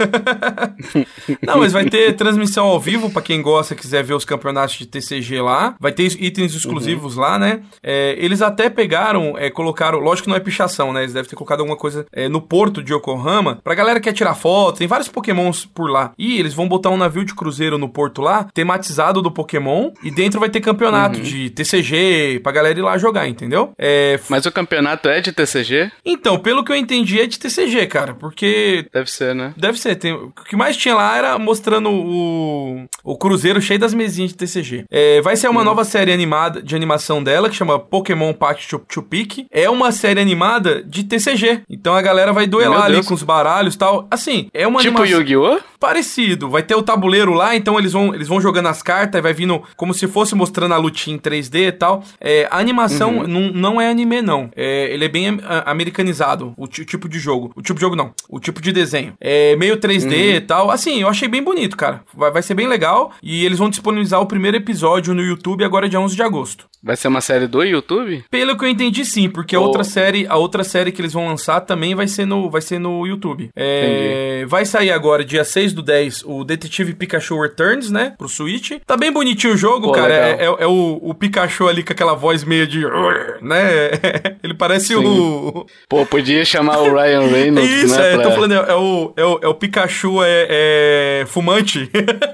Não, mas vai ter transmissão ao vivo pra quem gosta, quiser ver os campeonatos de T C G lá. Vai ter itens exclusivos uhum. lá, né? É, eles até pegaram, é, colocaram, lógico que não é pichação, né? Eles devem ter colocado alguma coisa é, no porto de Yokohama, pra galera que quer tirar foto, tem vários Pokémons por lá. E eles vão botar um navio de cruzeiro no porto lá, tematizado do Pokémon, e dentro vai ter campeonato uhum. de T C G, pra galera ir lá jogar, entendeu? É... Mas o campeonato é de T C G? Então, pelo que eu entendi, é de T C G, cara, porque... Deve ser, né? Deve ser. Tem... O que mais tinha lá era mostrando o, o cruzeiro cheio das mesinhas de T C G. É, vai ser uma hum. nova série animada, de animação dela, que chama Pokémon Pact to, to Pick. É uma série animada de T C G. Então a galera vai duelar ali com os baralhos e tal. Assim, é uma tipo animação... Yu-Gi-Oh? Parecido. Vai ter o tabuleiro lá, então eles vão, eles vão jogando as cartas e vai vindo como se fosse mostrando a lutinha em três D e tal. É, a animação uhum. não, não é anime, não. É, ele é bem a, americanizado, o, t- o tipo de jogo. O tipo de jogo, não. O tipo de desenho. É meio três D uhum. e tal. Assim, eu achei bem bonito, cara. Vai, vai ser bem legal. E eles vão disponibilizar o primeiro episódio no YouTube agora dia onze de agosto. Vai ser uma série do YouTube? Pelo que eu entendi, sim. Porque oh. a outra série, a outra série que eles vão lançar também vai ser no, vai ser no YouTube. É, vai sair agora, dia seis do dez, o Detetive Pikachu Returns, né? Pro Switch. Tá bem bonitinho o jogo, Pô, cara. É, é, é o, o Pikachu ali com aquela voz meio de... né? Ele parece sim. o... Pô, podia chamar o Ryan Reynolds, Isso, né? é. Pra... Tô falando, é, é, o, é, o, é o Pikachu é, é fumante.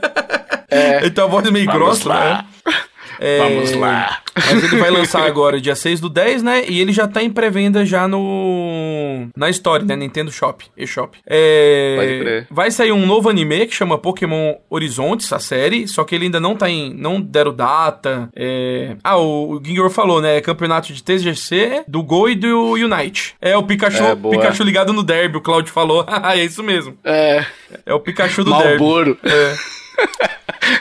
É. Ele tem uma voz meio Vamos grossa, lá. né? É, Vamos lá. Mas ele vai lançar agora dia seis do dez, né? E ele já tá em pré-venda já no... na Store, né? Nintendo Shop, eShop. É... Pode crer. Vai sair um novo anime que chama Pokémon Horizontes, a série. Só que ele ainda não tá em... não deram data. É... Ah, o, o Ginger falou, né? É campeonato de T G C, do Go e do Unite. É o Pikachu, é, Pikachu ligado no Derby, o Claudio falou. É isso mesmo. É. É o Pikachu do Malboro. Derby. É.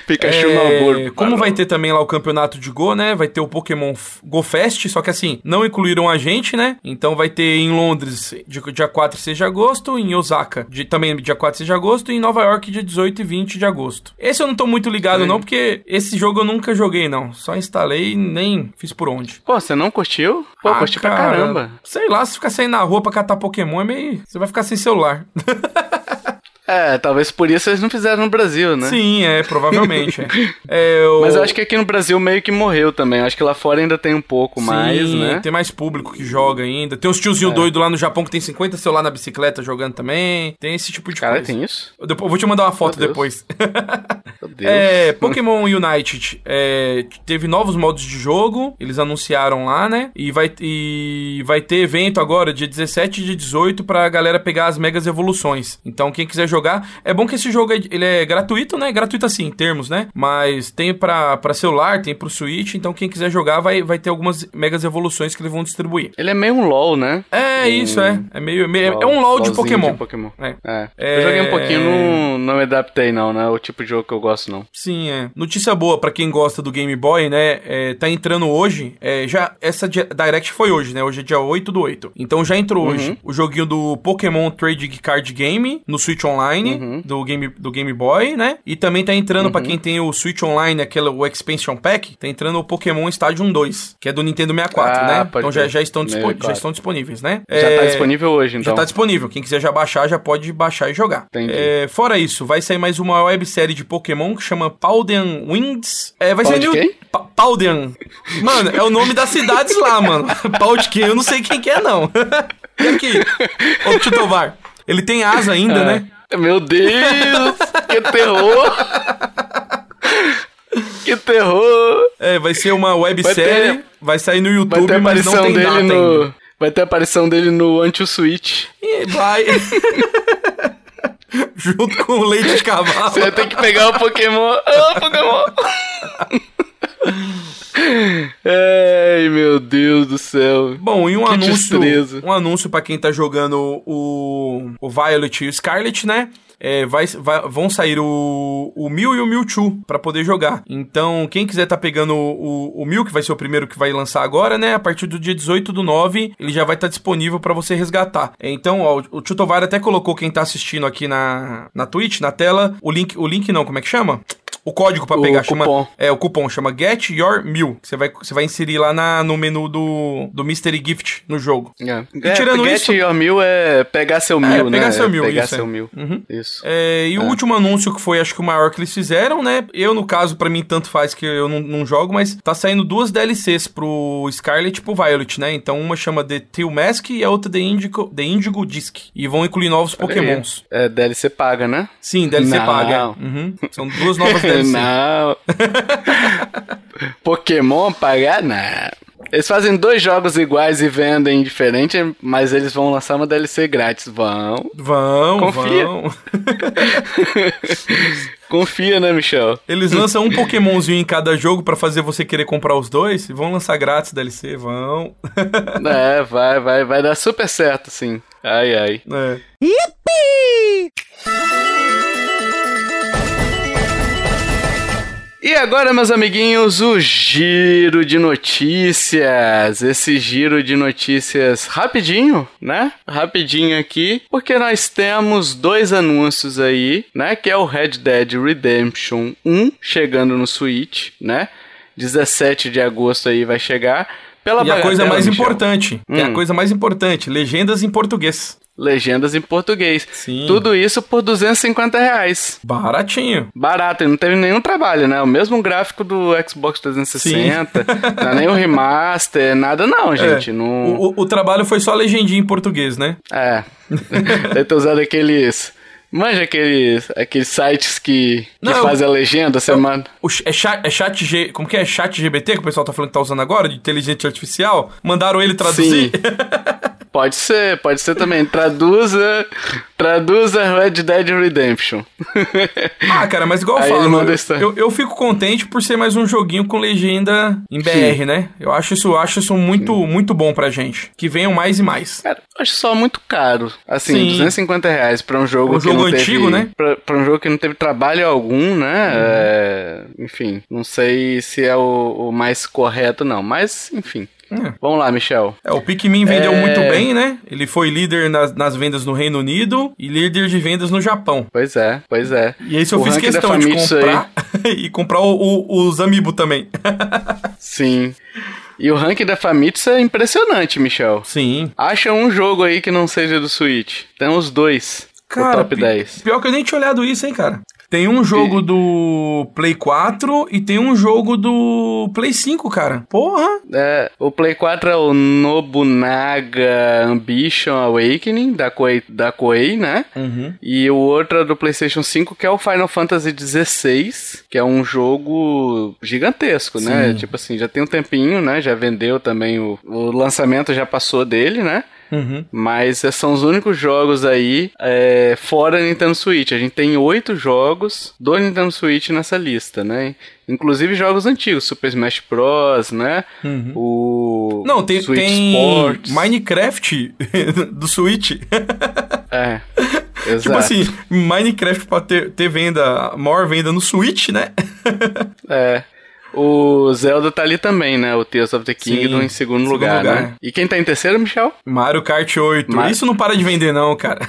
Pikachu é, Malboro. Como vai ter também lá o campeonato de Go, né? Vai ter o Pokémon Go Fest, só que assim, não incluíram a gente, né? Então vai ter em Londres dia quatro e seis de agosto, em Osaka de, também dia quatro e seis de agosto, e em Nova York dia dezoito e vinte de agosto. Esse eu não tô muito ligado, Sim. não, porque esse jogo eu nunca joguei, não. Só instalei e nem fiz por onde. Pô, você não curtiu? Pô, ah, curti cara, pra caramba. Sei lá, se ficar saindo na rua pra catar Pokémon é meio... Você vai ficar sem celular. É, talvez por isso eles não fizeram no Brasil, né? Sim, é, provavelmente. é. É, eu... Mas eu acho que aqui no Brasil meio que morreu também. Eu acho que lá fora ainda tem um pouco Sim, mais, né? Tem mais público que joga ainda. Tem uns tiozinho é. doido lá no Japão que tem cinquenta celular na bicicleta jogando também. Tem esse tipo de Cara, coisa. Cara, tem isso? Eu, depois, eu vou te mandar uma foto depois. Meu Deus. É, Pokémon United é, teve novos modos de jogo. Eles anunciaram lá, né? E vai, e vai ter evento agora, dia dezessete e dia dezoito, pra galera pegar as megas evoluções. Então, quem quiser jogar... É bom que esse jogo ele é gratuito, né? Gratuito assim, em termos, né? Mas tem pra, pra celular, tem pro Switch, então quem quiser jogar vai, vai ter algumas megas evoluções que eles vão distribuir. Ele é meio um LoL, né? É, um... isso, é. É meio, meio LOL, é um LoL de Pokémon. de Pokémon. É. É. É... Eu joguei um pouquinho, não, não me adaptei não, né? É o tipo de jogo que eu gosto, não. Sim, é. Notícia boa pra quem gosta do Game Boy, né? É, tá entrando hoje, é, já, essa Direct foi hoje, né? Hoje é dia oito do oito. Então já entrou uhum. hoje o joguinho do Pokémon Trading Card Game no Switch Online. Uhum. Do, game, do Game Boy, né? E também tá entrando, uhum. pra quem tem o Switch Online, aquele, o Expansion Pack, tá entrando o Pokémon Stadium dois, que é do Nintendo sessenta e quatro, ah, né? Então já, já, estão dispo- já estão disponíveis, né? Já é, tá disponível hoje, então. Já tá disponível. Quem quiser já baixar, já pode baixar e jogar. Entendi. É, fora isso, vai sair mais uma websérie de Pokémon que chama Paldean Winds. É, vai Pau sair de no... quem? Pa- Paldean. Mano, é o nome das cidades lá, mano. Pau de quem? Eu não sei quem que é, não. E aqui, ô Titovar. Ele tem asa ainda, ah. né? Meu Deus, que terror! Que terror! É, vai ser uma websérie, vai, ter... vai sair no YouTube, vai ter mas não tem dele data no... ainda. Vai ter a aparição dele no Anti-Switch. E vai... Junto com o leite de cavalo. Você vai ter que pegar o Pokémon. Ah, oh, Pokémon! Ai, meu Deus do céu. Bom, e um que anúncio, destreza. um anúncio pra quem tá jogando o, o Violet e o Scarlet, né? É, vai, vai, vão sair o, o Mew e o Mewtwo pra poder jogar. Então, quem quiser tá pegando o, o, o Mew, que vai ser o primeiro que vai lançar agora, né? A partir do dia dezoito do nove, ele já vai estar tá disponível pra você resgatar. Então, ó, o Tio Tovar até colocou quem tá assistindo aqui na, na Twitch, na tela, o link, o link não, como é que chama? O código pra o pegar, cupom. chama... É, o cupom chama Get Your Mew. Você vai, você vai inserir lá na, no menu do, do Mystery Gift no jogo. É. E é, tirando Get isso... Your Mew é pegar seu Mew, é, né? pegar seu Mew, pegar isso. seu É. Mew. Uhum. Isso. É, e é. o último anúncio que foi, acho que o maior que eles fizeram, né? Eu, no caso, pra mim, tanto faz que eu não, não jogo, mas tá saindo duas D L Cs pro Scarlet e pro Violet, né? Então, uma chama The Teal Mask e a outra The Indigo, The Indigo Disc. E vão incluir novos Olha Pokémons. Aí. É, D L C paga, né? Sim, D L C não. paga. Uhum. São duas novas D L C. Não. Pokémon pagar? Não. Eles fazem dois jogos iguais e vendem diferente, mas eles vão lançar uma D L C grátis. Vão. Vão, Confia. vão. Confia, né, Michel? Eles lançam um Pokémonzinho em cada jogo pra fazer você querer comprar os dois. Vão lançar grátis D L C, vão. É, vai, vai, vai dar super certo, sim. Ai, ai. É. Yippee! E agora, meus amiguinhos, o giro de notícias. Esse giro de notícias rapidinho, né? Rapidinho aqui, porque nós temos dois anúncios aí, né? Que é o Red Dead Redemption um chegando no Switch, né? dezessete de agosto aí vai chegar. Pela e a coisa mais Michel. importante, hum. que é a coisa mais importante, legendas em português. Legendas em português. Sim. Tudo isso por duzentos e cinquenta reais. Baratinho. Barato, e não teve nenhum trabalho, né? O mesmo gráfico do Xbox trezentos e sessenta, não é nem o remaster, nada não, gente. É. Não... O, o, o trabalho foi só legendinha em português, né? É. Deve ter usado aqueles... Manja aqueles, aqueles sites que, que não, fazem a legenda, você manda... O, é, chat, é chat G... Como que é? Chat G B T que o pessoal tá falando que tá usando agora, de inteligência artificial? Mandaram ele traduzir? Pode ser, pode ser também. Traduza, traduza Red Dead Redemption. Ah, cara, mas igual eu Aí falo, ele manda eu, essa- eu, eu fico contente por ser mais um joguinho com legenda em B R, Sim. né? Eu acho isso, eu acho isso muito, muito bom pra gente. Que venham mais e mais. Cara, eu acho só muito caro. Assim, Sim. duzentos e cinquenta reais pra um jogo Um que jogo não antigo, teve, né? Pra, pra um jogo que não teve trabalho algum, né? É, enfim, não sei se é o, o mais correto, não. Mas, enfim. É. Vamos lá, Michel. É, o Pikmin vendeu É. muito bem, né? Ele foi líder nas, nas vendas no Reino Unido e líder de vendas no Japão. Pois é, pois é. E aí, se eu O fiz ranking da questão de Famitsu aí- comprar e comprar o- o- os Amiibo também. Sim. E o ranking da Famitsu é impressionante, Michel. Sim. Acha um jogo aí que não seja do Switch. Tem os dois. Cara, o top pi- dez. pior que eu nem tinha olhado isso, hein, cara. Tem um jogo E- do Play quatro e tem um jogo do Play cinco, cara. Porra! É, o Play quatro é o Nobunaga Ambition Awakening, da Koei, da Koei, né? Uhum. E o outro é do PlayStation cinco, que é o Final Fantasy dezesseis, que é um jogo gigantesco, né? Sim. Tipo assim, já tem um tempinho, né? Já vendeu também, o, o lançamento já passou dele, né? Uhum. Mas são os únicos jogos aí é, fora Nintendo Switch. A gente tem oito jogos do Nintendo Switch nessa lista, né? Inclusive jogos antigos, Super Smash Bros, né? Uhum. O Não, tem, Switch tem Sports. Minecraft do Switch. É, exato. Tipo assim, Minecraft pra ter, ter venda, maior venda no Switch, né? É. O Zelda tá ali também, né? O Tears of the Kingdom Sim, em segundo, segundo lugar, lugar. né? E quem tá em terceiro, Michel? Mario Kart oito. Mar- Isso não para de vender, não, cara.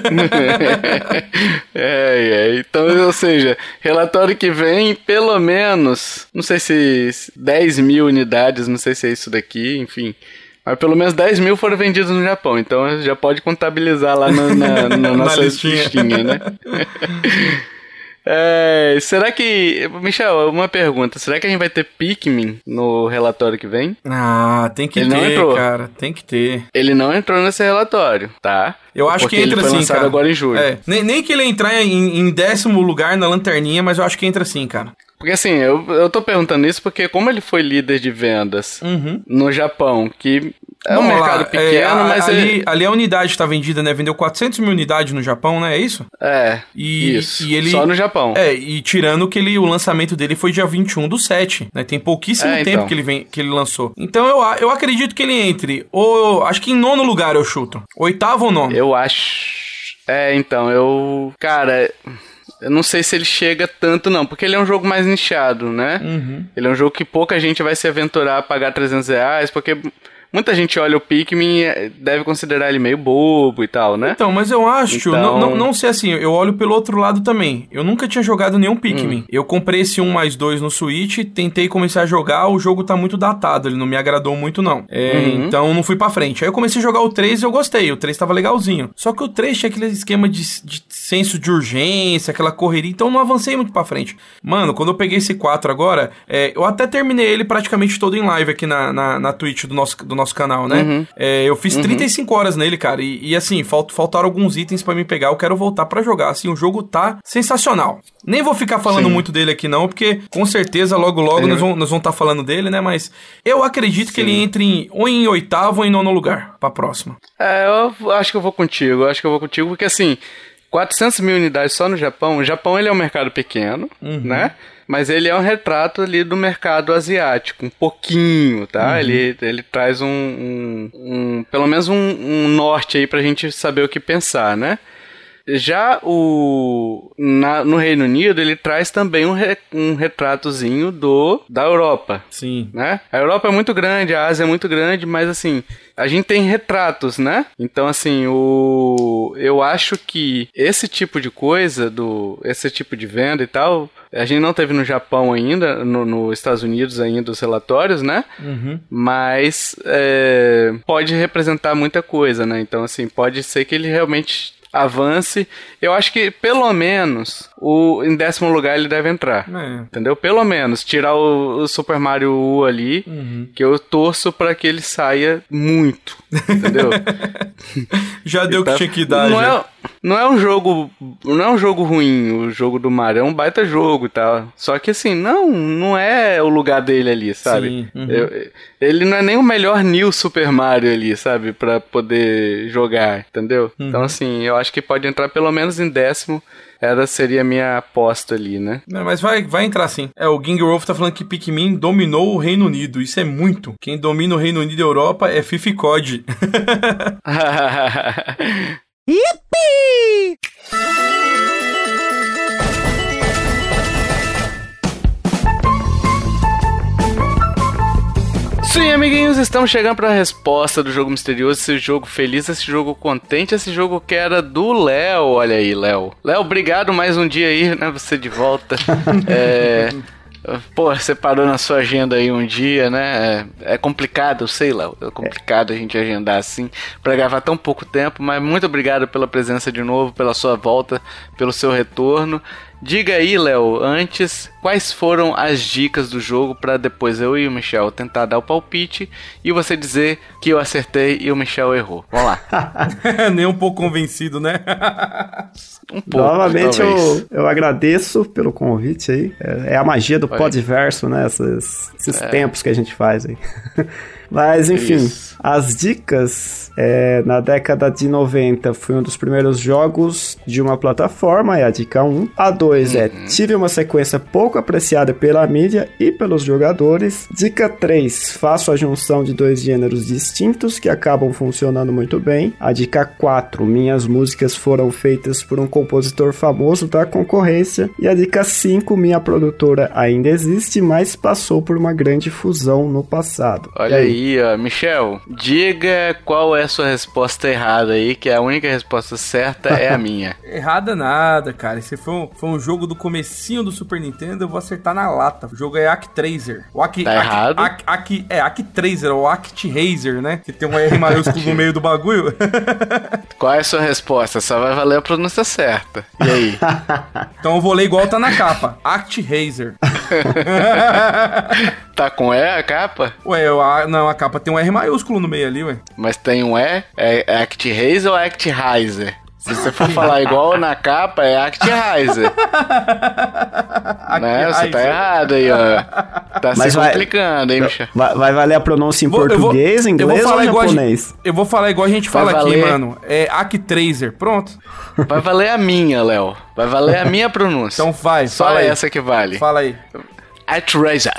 é, é, então, ou seja, relatório que vem, pelo menos, não sei se dez mil unidades, não sei se é isso daqui, enfim. Mas pelo menos dez mil foram vendidos no Japão, então já pode contabilizar lá na, na, na Na nossa listinha. listinha, né? É, será que... Michel, uma pergunta. Será que a gente vai ter Pikmin no relatório que vem? Ah, tem que Ele não ter, entrou. cara. Tem que ter. Ele não entrou nesse relatório, tá? Eu acho Porque que entra ele foi sim, lançado cara. agora em julho. É, nem, nem que ele entrar em, em décimo lugar na lanterninha, mas eu acho que entra sim, cara. Porque assim, eu, eu tô perguntando isso porque como ele foi líder de vendas Uhum. no Japão, que é um Vamos mercado lá, pequeno, é, a- mas ali, é... ali a unidade tá vendida, né? Vendeu quatrocentos mil unidades no Japão, né? É isso? É, E, isso. e ele, Só no Japão. É, e tirando que ele, o lançamento dele foi dia vinte e um do sete, né? Tem pouquíssimo É, tempo então. que ele, vem, que ele lançou. Então eu, a- eu acredito que ele entre, ou acho que em nono lugar eu chuto. Oitavo ou nono? Eu acho... É, então, eu... Cara... Eu não sei se ele chega tanto, não, porque ele é um jogo mais nichado, né? Uhum. Ele é um jogo que pouca gente vai se aventurar a pagar trezentos reais, porque muita gente olha o Pikmin e deve considerar ele meio bobo e tal, né? Então, mas eu acho, Então- não, não, não sei assim, eu olho pelo outro lado também. Eu nunca tinha jogado nenhum Pikmin. Hum. Eu comprei esse um mais dois no Switch, tentei começar a jogar, o jogo tá muito datado, ele não me agradou muito não. É, Uhum. Então não fui pra frente. Aí eu comecei a jogar o três e eu gostei, o três tava legalzinho. Só que o três tinha aquele esquema de, de senso de urgência, aquela correria, então não avancei muito pra frente. Mano, quando eu peguei esse quatro agora, é, eu até terminei ele praticamente todo em live aqui na, na, na Twitch do nosso, do nosso canal, né? Uhum. É, eu fiz Uhum. trinta e cinco horas nele, cara, e, e assim, falt, faltaram alguns itens pra me pegar, eu quero voltar pra jogar, assim, o jogo tá sensacional. Nem vou ficar falando Sim. muito dele aqui não, porque com certeza logo logo Sim. nós vamos nós vamos estar falando dele, né, mas eu acredito que Sim. ele entre em, ou em oitavo ou em nono lugar, pra próxima. É, eu acho que eu vou contigo, eu acho que eu vou contigo, porque assim, quatrocentas mil unidades só no Japão, o Japão ele é um mercado pequeno, Uhum. né? Mas ele é um retrato ali do mercado asiático, um pouquinho, tá? Uhum. Ele, ele traz um, um, um- pelo menos um, um norte aí pra gente saber o que pensar, né? Já o na- no Reino Unido, ele traz também um, re- um retratozinho do da Europa, Sim. né? A Europa é muito grande, a Ásia é muito grande, mas assim, a gente tem retratos, né? Então assim, o eu acho que esse tipo de coisa, do esse tipo de venda e tal, a gente não teve no Japão ainda, no, nos Estados Unidos ainda os relatórios, né? Uhum. Mas é, pode representar muita coisa, né? Então assim, pode ser que ele realmente avance. Eu acho que pelo menos o em décimo lugar ele deve entrar. É. Entendeu? Pelo menos tirar o, o Super Mario U ali, Uhum. que eu torço pra que ele saia muito, entendeu? Já deu o que Tá- tinha que dar, não já. é não é um jogo, não é um jogo ruim, o jogo do Mario é um baita jogo e tal. Só que assim, não, não é o lugar dele ali, sabe? Sim, uhum. Eu, ele não é nem o melhor New Super Mario ali, sabe? Pra poder jogar, entendeu? Uhum. Então assim, eu acho que pode entrar pelo menos em décimo. Essa seria a minha aposta ali, né? Não, mas vai, vai entrar sim. É, o Ging Wolf tá falando que Pikmin dominou o Reino Unido. Isso é muito. Quem domina o Reino Unido e a Europa é Fifi Cod. Yippee! Sim, amiguinhos, estamos chegando para a resposta do jogo misterioso, esse jogo feliz, esse jogo contente, esse jogo que era do Léo. Olha aí, Léo. Léo, obrigado mais um dia aí, né? Você de volta. é... Pô, você parou na sua agenda aí um dia, né? É, é complicado, eu sei, Léo. É complicado a gente agendar assim pra gravar tão pouco tempo, mas muito obrigado pela presença de novo, pela sua volta, pelo seu retorno. Diga aí, Léo, antes, quais foram as dicas do jogo pra depois eu e o Michel tentar dar o palpite e você dizer que eu acertei e o Michel errou. Vamos lá. Nem um pouco convencido, né? Um pouco, novamente eu, eu agradeço pelo convite aí. É, é a magia do Podverso, né? Esses, esses é. tempos que a gente faz aí. Mas, enfim, Isso. as dicas, é, na década de noventa, foi um dos primeiros jogos de uma plataforma, é a dica um. A dois uhum. é, tive uma sequência pouco apreciada pela mídia e pelos jogadores. Dica três, faço a junção de dois gêneros distintos que acabam funcionando muito bem. A dica quatro, minhas músicas foram feitas por um compositor famoso da concorrência. E a dica cinco, minha produtora ainda existe, mas passou por uma grande fusão no passado. Olha aí. Aí, ó, Michel, diga qual é a sua resposta errada aí, que a única resposta certa é a minha. Errada nada, cara. Esse foi um, foi um jogo do comecinho do Super Nintendo, eu vou acertar na lata. O jogo é Actraiser. O Ac, tá Ac, errado. Ac, Ac, é, Actraiser, ou Actraiser, né? Que tem um R maiúsculo no meio do bagulho. Qual é a sua resposta? Só vai valer a pronúncia certa. E aí? Então eu vou ler igual tá na capa. Actraiser. Tá com E a capa? Ué, eu, a, não, a capa tem um R maiúsculo no meio ali, ué. Mas tem um E? É Actraiser ou Actraiser? Se você for falar igual na capa, é Actraiser. Né? Você tá errado aí, ó. Tá Mas se vai, complicando, hein, Michel? Vai, vai valer a pronúncia em vou, português, vou, inglês ou japonês? Gente, eu vou falar igual a gente vai fala valer... aqui, mano. É Actraiser, pronto. Vai valer a minha, Léo. Vai valer a minha pronúncia. Então vai, Só fala essa aí. que vale. Fala aí. Actraiser.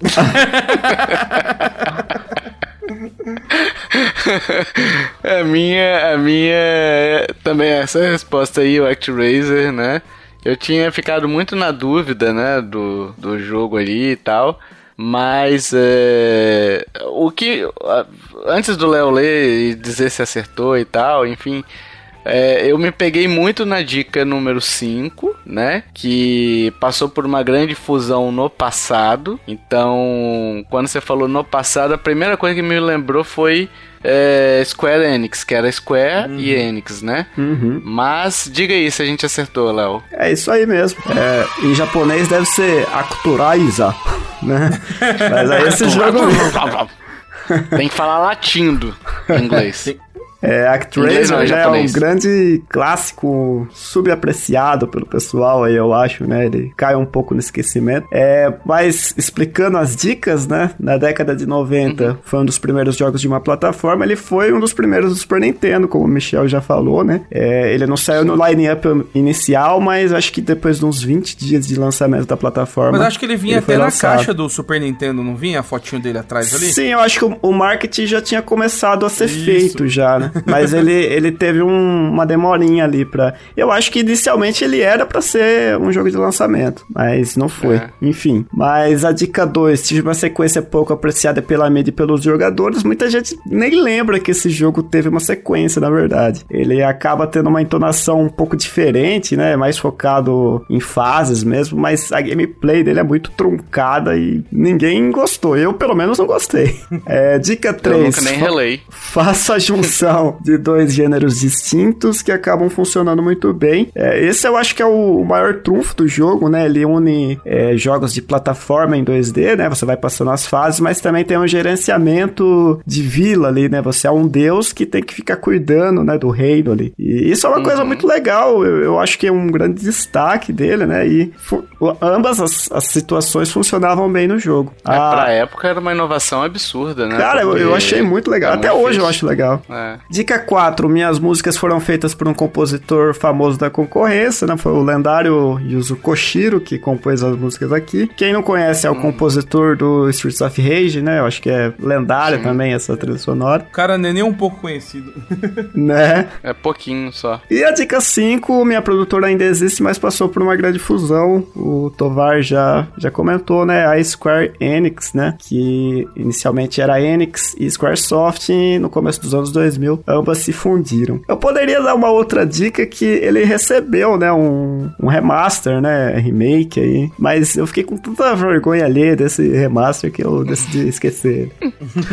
a minha, a minha também é essa resposta aí, o Actraiser, né? Eu tinha ficado muito na dúvida, né, do, do jogo ali e tal, mas é, o que antes do Léo ler e dizer se acertou e tal, enfim, É, eu me peguei muito na dica número cinco, né? Que passou por uma grande fusão no passado. Então, quando você falou no passado, a primeira coisa que me lembrou foi é, Square Enix, que era Square uhum. e Enix, né? Uhum. Mas, diga aí se a gente acertou, Léo. É isso aí mesmo. É, em japonês deve ser Acturaiza, né? Mas aí esse jogo... Tem que falar latindo em inglês. É, Actraiser é, é um grande clássico subapreciado pelo pessoal aí, eu acho, né? Ele cai um pouco no esquecimento. É, mas explicando as dicas, né? Na década de noventa, uhum. foi um dos primeiros jogos de uma plataforma. Ele foi um dos primeiros do Super Nintendo, como o Michel já falou, né? É, ele não saiu no line-up inicial, mas acho que depois de uns vinte dias de lançamento da plataforma... Mas acho que ele vinha ele até na lançado. Caixa do Super Nintendo, não vinha a fotinho dele atrás ali? Sim, eu acho que o, o marketing já tinha começado a ser Isso. feito já, né? Mas ele, ele teve um, uma demorinha ali pra... Eu acho que inicialmente ele era pra ser um jogo de lançamento, mas não foi. É. Enfim. Mas a dica dois, tive uma sequência pouco apreciada pela mídia e pelos jogadores. Muita gente nem lembra que esse jogo teve uma sequência, na verdade. Ele acaba tendo uma entonação um pouco diferente, né? Mais focado em fases mesmo, mas a gameplay dele é muito truncada e ninguém gostou. Eu, pelo menos, não gostei. É, dica três. Eu nunca nem relei. Faça a junção junção de dois gêneros distintos que acabam funcionando muito bem. É, esse eu acho que é o, o maior trunfo do jogo, né? Ele une é, jogos de plataforma em dois D, né? Você vai passando as fases, mas também tem um gerenciamento de vila ali, né? Você é um deus que tem que ficar cuidando, né, do reino ali. E isso é uma uhum. coisa muito legal. Eu, eu acho que é um grande destaque dele, né? E ambas as, as situações funcionavam bem no jogo. É, ah, pra época era uma inovação absurda, né? Cara, eu, eu achei muito legal. Até hoje difícil. Eu acho legal. É. Dica quatro. Minhas músicas foram feitas por um compositor famoso da concorrência, né? Foi o lendário Yuzo Koshiro, que compôs as músicas aqui. Quem não conhece é o hum. compositor do Streets of Rage, né? Eu acho que é lendária também essa trilha sonora. O cara não é nem um pouco conhecido. Né? É pouquinho só. E a dica cinco, minha produtora ainda existe, mas passou por uma grande fusão. O Tovar já, já comentou, né? A Square Enix, né? Que inicialmente era Enix e Squaresoft, e no começo dos anos dois mil, ambas se fundiram. Eu poderia dar uma outra dica que ele recebeu, né? Um, um remaster, né? Remake aí. Mas eu fiquei com tanta vergonha alheia desse remaster que eu decidi esquecer ele.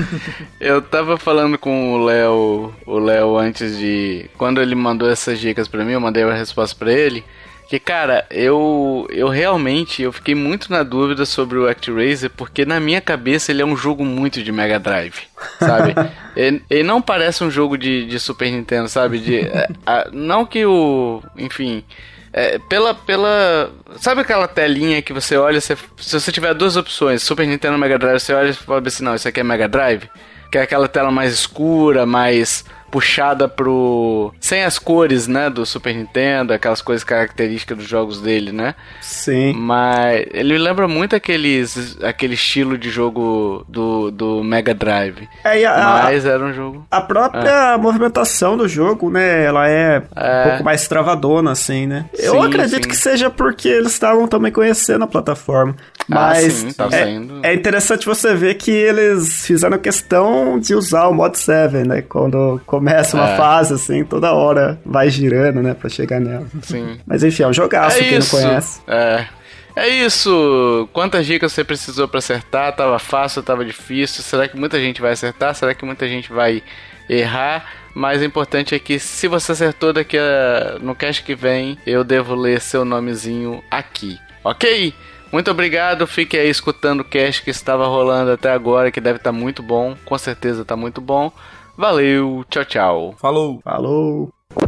Eu tava falando com o Léo, o Léo antes de... Quando ele mandou essas dicas pra mim, eu mandei a resposta pra ele. Que, cara, eu, eu realmente eu fiquei muito na dúvida sobre o ActRaiser, porque na minha cabeça ele é um jogo muito de Mega Drive, sabe? ele, ele não parece um jogo de, de Super Nintendo, sabe? De, a, a, não que o... Enfim... É, pela, pela... Sabe aquela telinha que você olha, você, se você tiver duas opções, Super Nintendo e Mega Drive, você olha e fala assim, não, isso aqui é Mega Drive? Que é aquela tela mais escura, mais puxada pro... Sem as cores, né, do Super Nintendo, aquelas coisas características dos jogos dele, né? Sim. Mas ele lembra muito aqueles, aquele estilo de jogo do, do Mega Drive. É, a, mas era um jogo... A própria é. movimentação do jogo, né, ela é, é um pouco mais travadona, assim, né? Sim, Eu acredito sim. que seja porque eles estavam também conhecendo a plataforma. Mas ah, sim, tá é, saindo. é interessante você ver que eles fizeram questão de usar o Mod sete, né? Quando começa uma é. fase, assim, toda hora vai girando, né? Pra chegar nela. Sim. Mas enfim, é um jogaço, é quem isso. não conhece. É. É isso. Quantas dicas você precisou pra acertar? Tava fácil, tava difícil? Será que muita gente vai acertar? Será que muita gente vai errar? Mas o importante é que se você acertou daqui a... no cast que vem, eu devo ler seu nomezinho aqui. Ok? Muito obrigado, fique aí escutando o cast que estava rolando até agora, que deve estar muito bom, com certeza está muito bom. Valeu, tchau, tchau. Falou. Falou.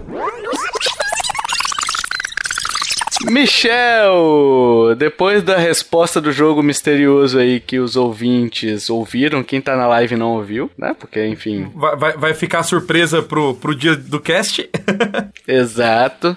Michel, depois da resposta do jogo misterioso aí que os ouvintes ouviram, quem tá na live não ouviu, né? Porque, enfim... Vai, vai, vai ficar surpresa pro, pro dia do cast. Exato.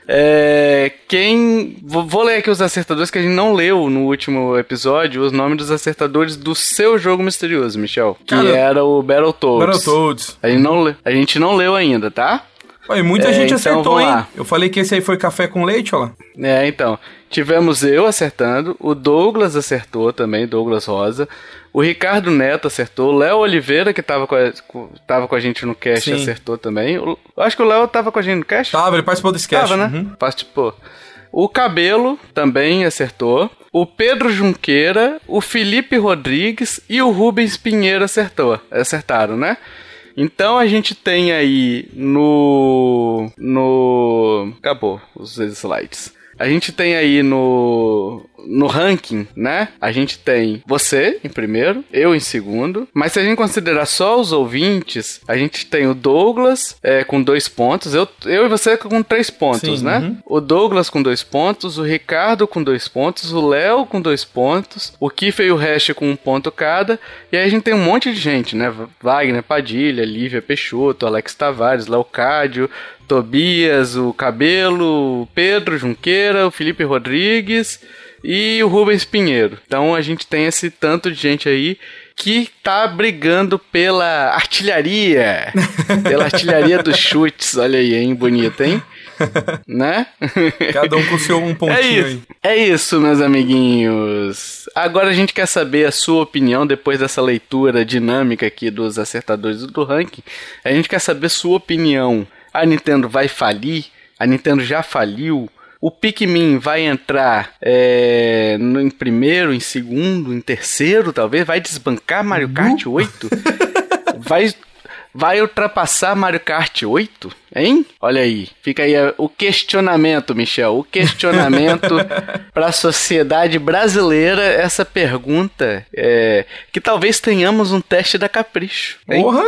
É, quem... Vou ler aqui os acertadores que a gente não leu no último episódio, os nomes dos acertadores do seu jogo misterioso, Michel. Que Cara, era o Battletoads. Battletoads. A gente não, a gente não leu ainda, tá? Oi, muita é, gente então acertou, hein? Lá. Eu falei que esse aí foi café com leite, ó lá. É, então. Tivemos eu acertando, o Douglas acertou também, Douglas Rosa. O Ricardo Neto acertou, o Léo Oliveira, que tava com a, tava com a gente no cast, Sim. acertou também. Eu acho que o Léo tava com a gente no cast. Tava, ele participou desse cast. Tava, né? Uhum. Participou. O Cabelo também acertou. O Pedro Junqueira, o Felipe Rodrigues e o Rubens Pinheiro acertou. Acertaram, né? Então a gente tem aí no... no... Acabou os slides. A gente tem aí no... no ranking, né? A gente tem você em primeiro, eu em segundo. Mas se a gente considerar só os ouvintes, a gente tem o Douglas é, com dois pontos. Eu, eu e você com três pontos, Sim, né? Uhum. O Douglas com dois pontos, o Ricardo com dois pontos, o Léo com dois pontos, o Kiffer e o Hash com um ponto cada. E aí a gente tem um monte de gente, né? Wagner Padilha, Lívia Peixoto, Alex Tavares, Leocádio, Tobias, o Cabelo, o Pedro Junqueira, o Felipe Rodrigues e o Rubens Pinheiro. Então a gente tem esse tanto de gente aí que tá brigando pela artilharia. Pela artilharia dos chutes. Olha aí, hein? Bonito, hein? Né? Cada um com o seu um pontinho é isso, aí. É isso, meus amiguinhos. Agora a gente quer saber a sua opinião depois dessa leitura dinâmica aqui dos acertadores do ranking. A gente quer saber sua opinião. A Nintendo vai falir? A Nintendo já faliu? O Pikmin vai entrar é, no, em primeiro, em segundo, em terceiro, talvez? Vai desbancar Mario Kart oito? Vai, vai ultrapassar Mario Kart oito? Hein? Olha aí, fica aí o questionamento, Michel, o questionamento para a sociedade brasileira, essa pergunta, é, que talvez tenhamos um teste da Capricho. Hein? Porra!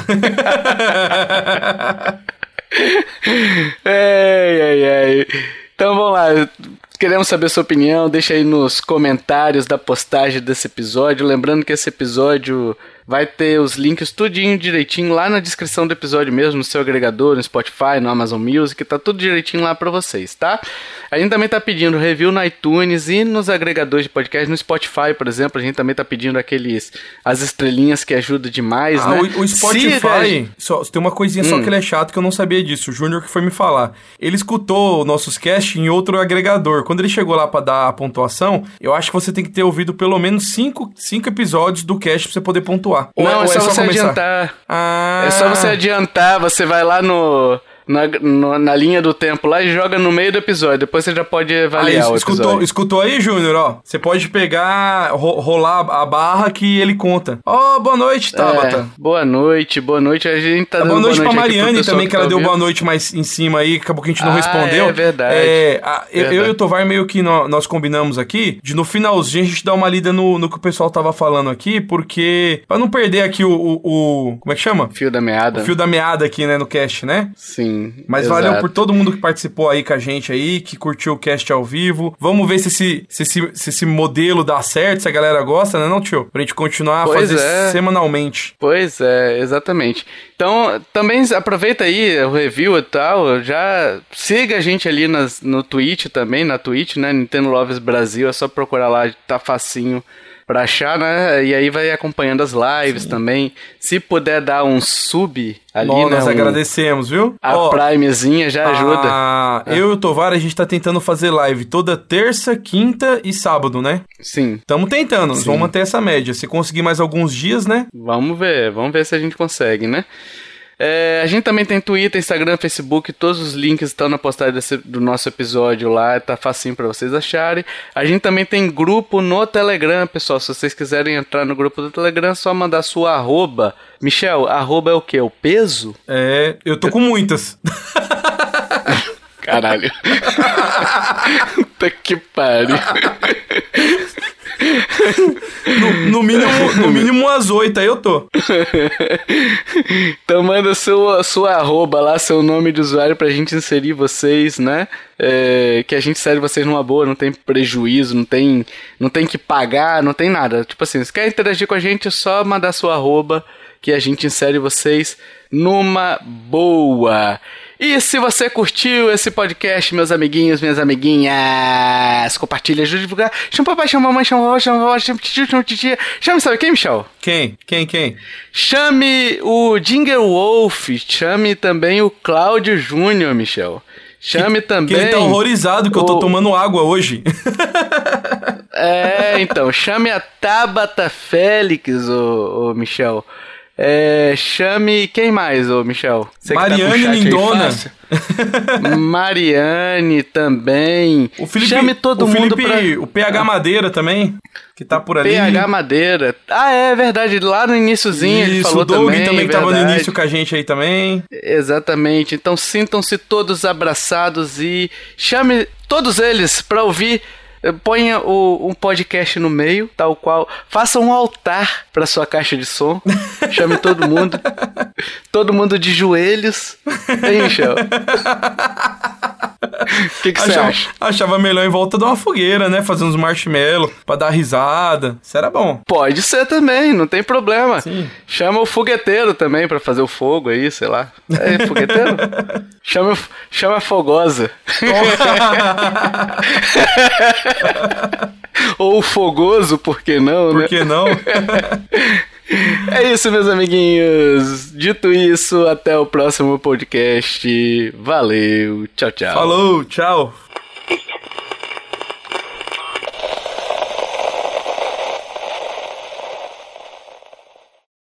Ai, ai, ai. Então vamos lá, queremos saber sua opinião, deixa aí nos comentários da postagem desse episódio, lembrando que esse episódio vai ter os links tudinho direitinho lá na descrição do episódio mesmo, no seu agregador, no Spotify, no Amazon Music, tá tudo direitinho lá pra vocês, tá? A gente também tá pedindo review no iTunes e nos agregadores de podcast, no Spotify, por exemplo, a gente também tá pedindo aqueles, as estrelinhas que ajudam demais, ah, né? O, o Spotify, só, tem uma coisinha hum. só que ele é chato que eu não sabia disso, o Júnior que foi me falar. Ele escutou nossos casts em outro agregador. Quando ele chegou lá pra dar a pontuação, eu acho que você tem que ter ouvido pelo menos cinco episódios do cast pra você poder pontuar. Ou não, é, é, só é só você começar? adiantar. Ah. É só você adiantar, você vai lá no... Na, no, na linha do tempo lá e joga no meio do episódio. Depois você já pode avaliar ah, o escutou, episódio. Escutou aí, Júnior? Ó, você pode pegar, ro, rolar a barra que ele conta. Ó, oh, boa noite, Tabata. É, boa noite, boa noite. A gente tá dando boa noite, boa noite pra Mariane também, que, que ela tá deu ouvindo. boa noite mais em cima aí, acabou que a gente não ah, respondeu. É verdade. É, a, verdade. Eu e o Tovar meio que no, nós combinamos aqui, de no finalzinho a gente dar uma lida no, no que o pessoal tava falando aqui, porque pra não perder aqui o, o, o como é que chama? Fio da meada. O fio da meada aqui, né, no cast, né? Sim, Mas exato. Valeu por todo mundo que participou aí com a gente aí, que curtiu o cast ao vivo. Vamos ver se esse, se esse, se esse modelo dá certo, se a galera gosta, né, não, tio? Pra gente continuar pois a fazer é. semanalmente. Pois é, exatamente. Então, também aproveita aí o review e tal, já siga a gente ali nas, no Twitch também, na Twitch, né, Nintendo Loves Brasil, é só procurar lá, tá facinho pra achar, né? E aí vai acompanhando as lives Sim. também. Se puder dar um sub ali, Bom, né? Nós um, agradecemos, viu? A oh, Primezinha já ajuda. Ah, é. Eu e o Tovar, a gente tá tentando fazer live toda terça, quinta e sábado, né? Sim. Tamo tentando, Sim. vamos manter essa média. Se conseguir mais alguns dias, né? Vamos ver, vamos ver se a gente consegue, né? É, a gente também tem Twitter, Instagram, Facebook, todos os links estão na postagem desse, do nosso episódio lá, tá facinho pra vocês acharem. A gente também tem grupo no Telegram, pessoal, se vocês quiserem entrar no grupo do Telegram, é só mandar sua arroba. Michel, arroba é o quê? O peso? É, eu tô com muitas. Caralho. Puta que pariu. No, no, mínimo, no mínimo umas oito, aí eu tô. Então manda seu, sua arroba lá, seu nome de usuário pra gente inserir vocês, né? É, que a gente insere vocês numa boa, não tem prejuízo, não tem, não tem que pagar, não tem nada. Tipo assim, se quer interagir com a gente, é só mandar sua arroba que a gente insere vocês numa boa. E se você curtiu esse podcast, meus amiguinhos, minhas amiguinhas, compartilha, ajude a divulgar. Chama o papai, chama a mamãe, chama a avó, chama a avó, chama o tio, chama o titia. Chame, sabe quem, Michel? Quem? Quem, quem? Chame o Dinger Wolf, chame também o Cláudio Júnior, Michel. Chame que, também... Que ele tá horrorizado que o... eu tô tomando água hoje. É, então, chame a Tabata Félix, ô, ô Michel. É, chame... Quem mais, ô Michel? Você Mariane tá Lindona. Mariane também. O Felipe, chame todo o mundo Felipe, pra... O P H Madeira também, que tá por ali. P H Madeira. Ah, é verdade. Lá no iniciozinho Isso, ele falou o Doug também. também que tava verdade. no início com a gente aí também. Exatamente. Então sintam-se todos abraçados e chame todos eles pra ouvir. Ponha o, um podcast no meio, tal qual. Faça um altar pra sua caixa de som. Chame todo mundo. Todo mundo de joelhos. Hein, Michel? O que você acha? Achava melhor em volta de uma fogueira, né? Fazer uns marshmallow pra dar risada. Isso era bom. Pode ser também, não tem problema. Sim. Chama o fogueteiro também pra fazer o fogo aí, sei lá. É, fogueteiro? chama, chama a fogosa. Ou o fogoso, por que não, por né? Por que não? É isso, meus amiguinhos. Dito isso, até o próximo podcast. Valeu, tchau, tchau. Falou, tchau.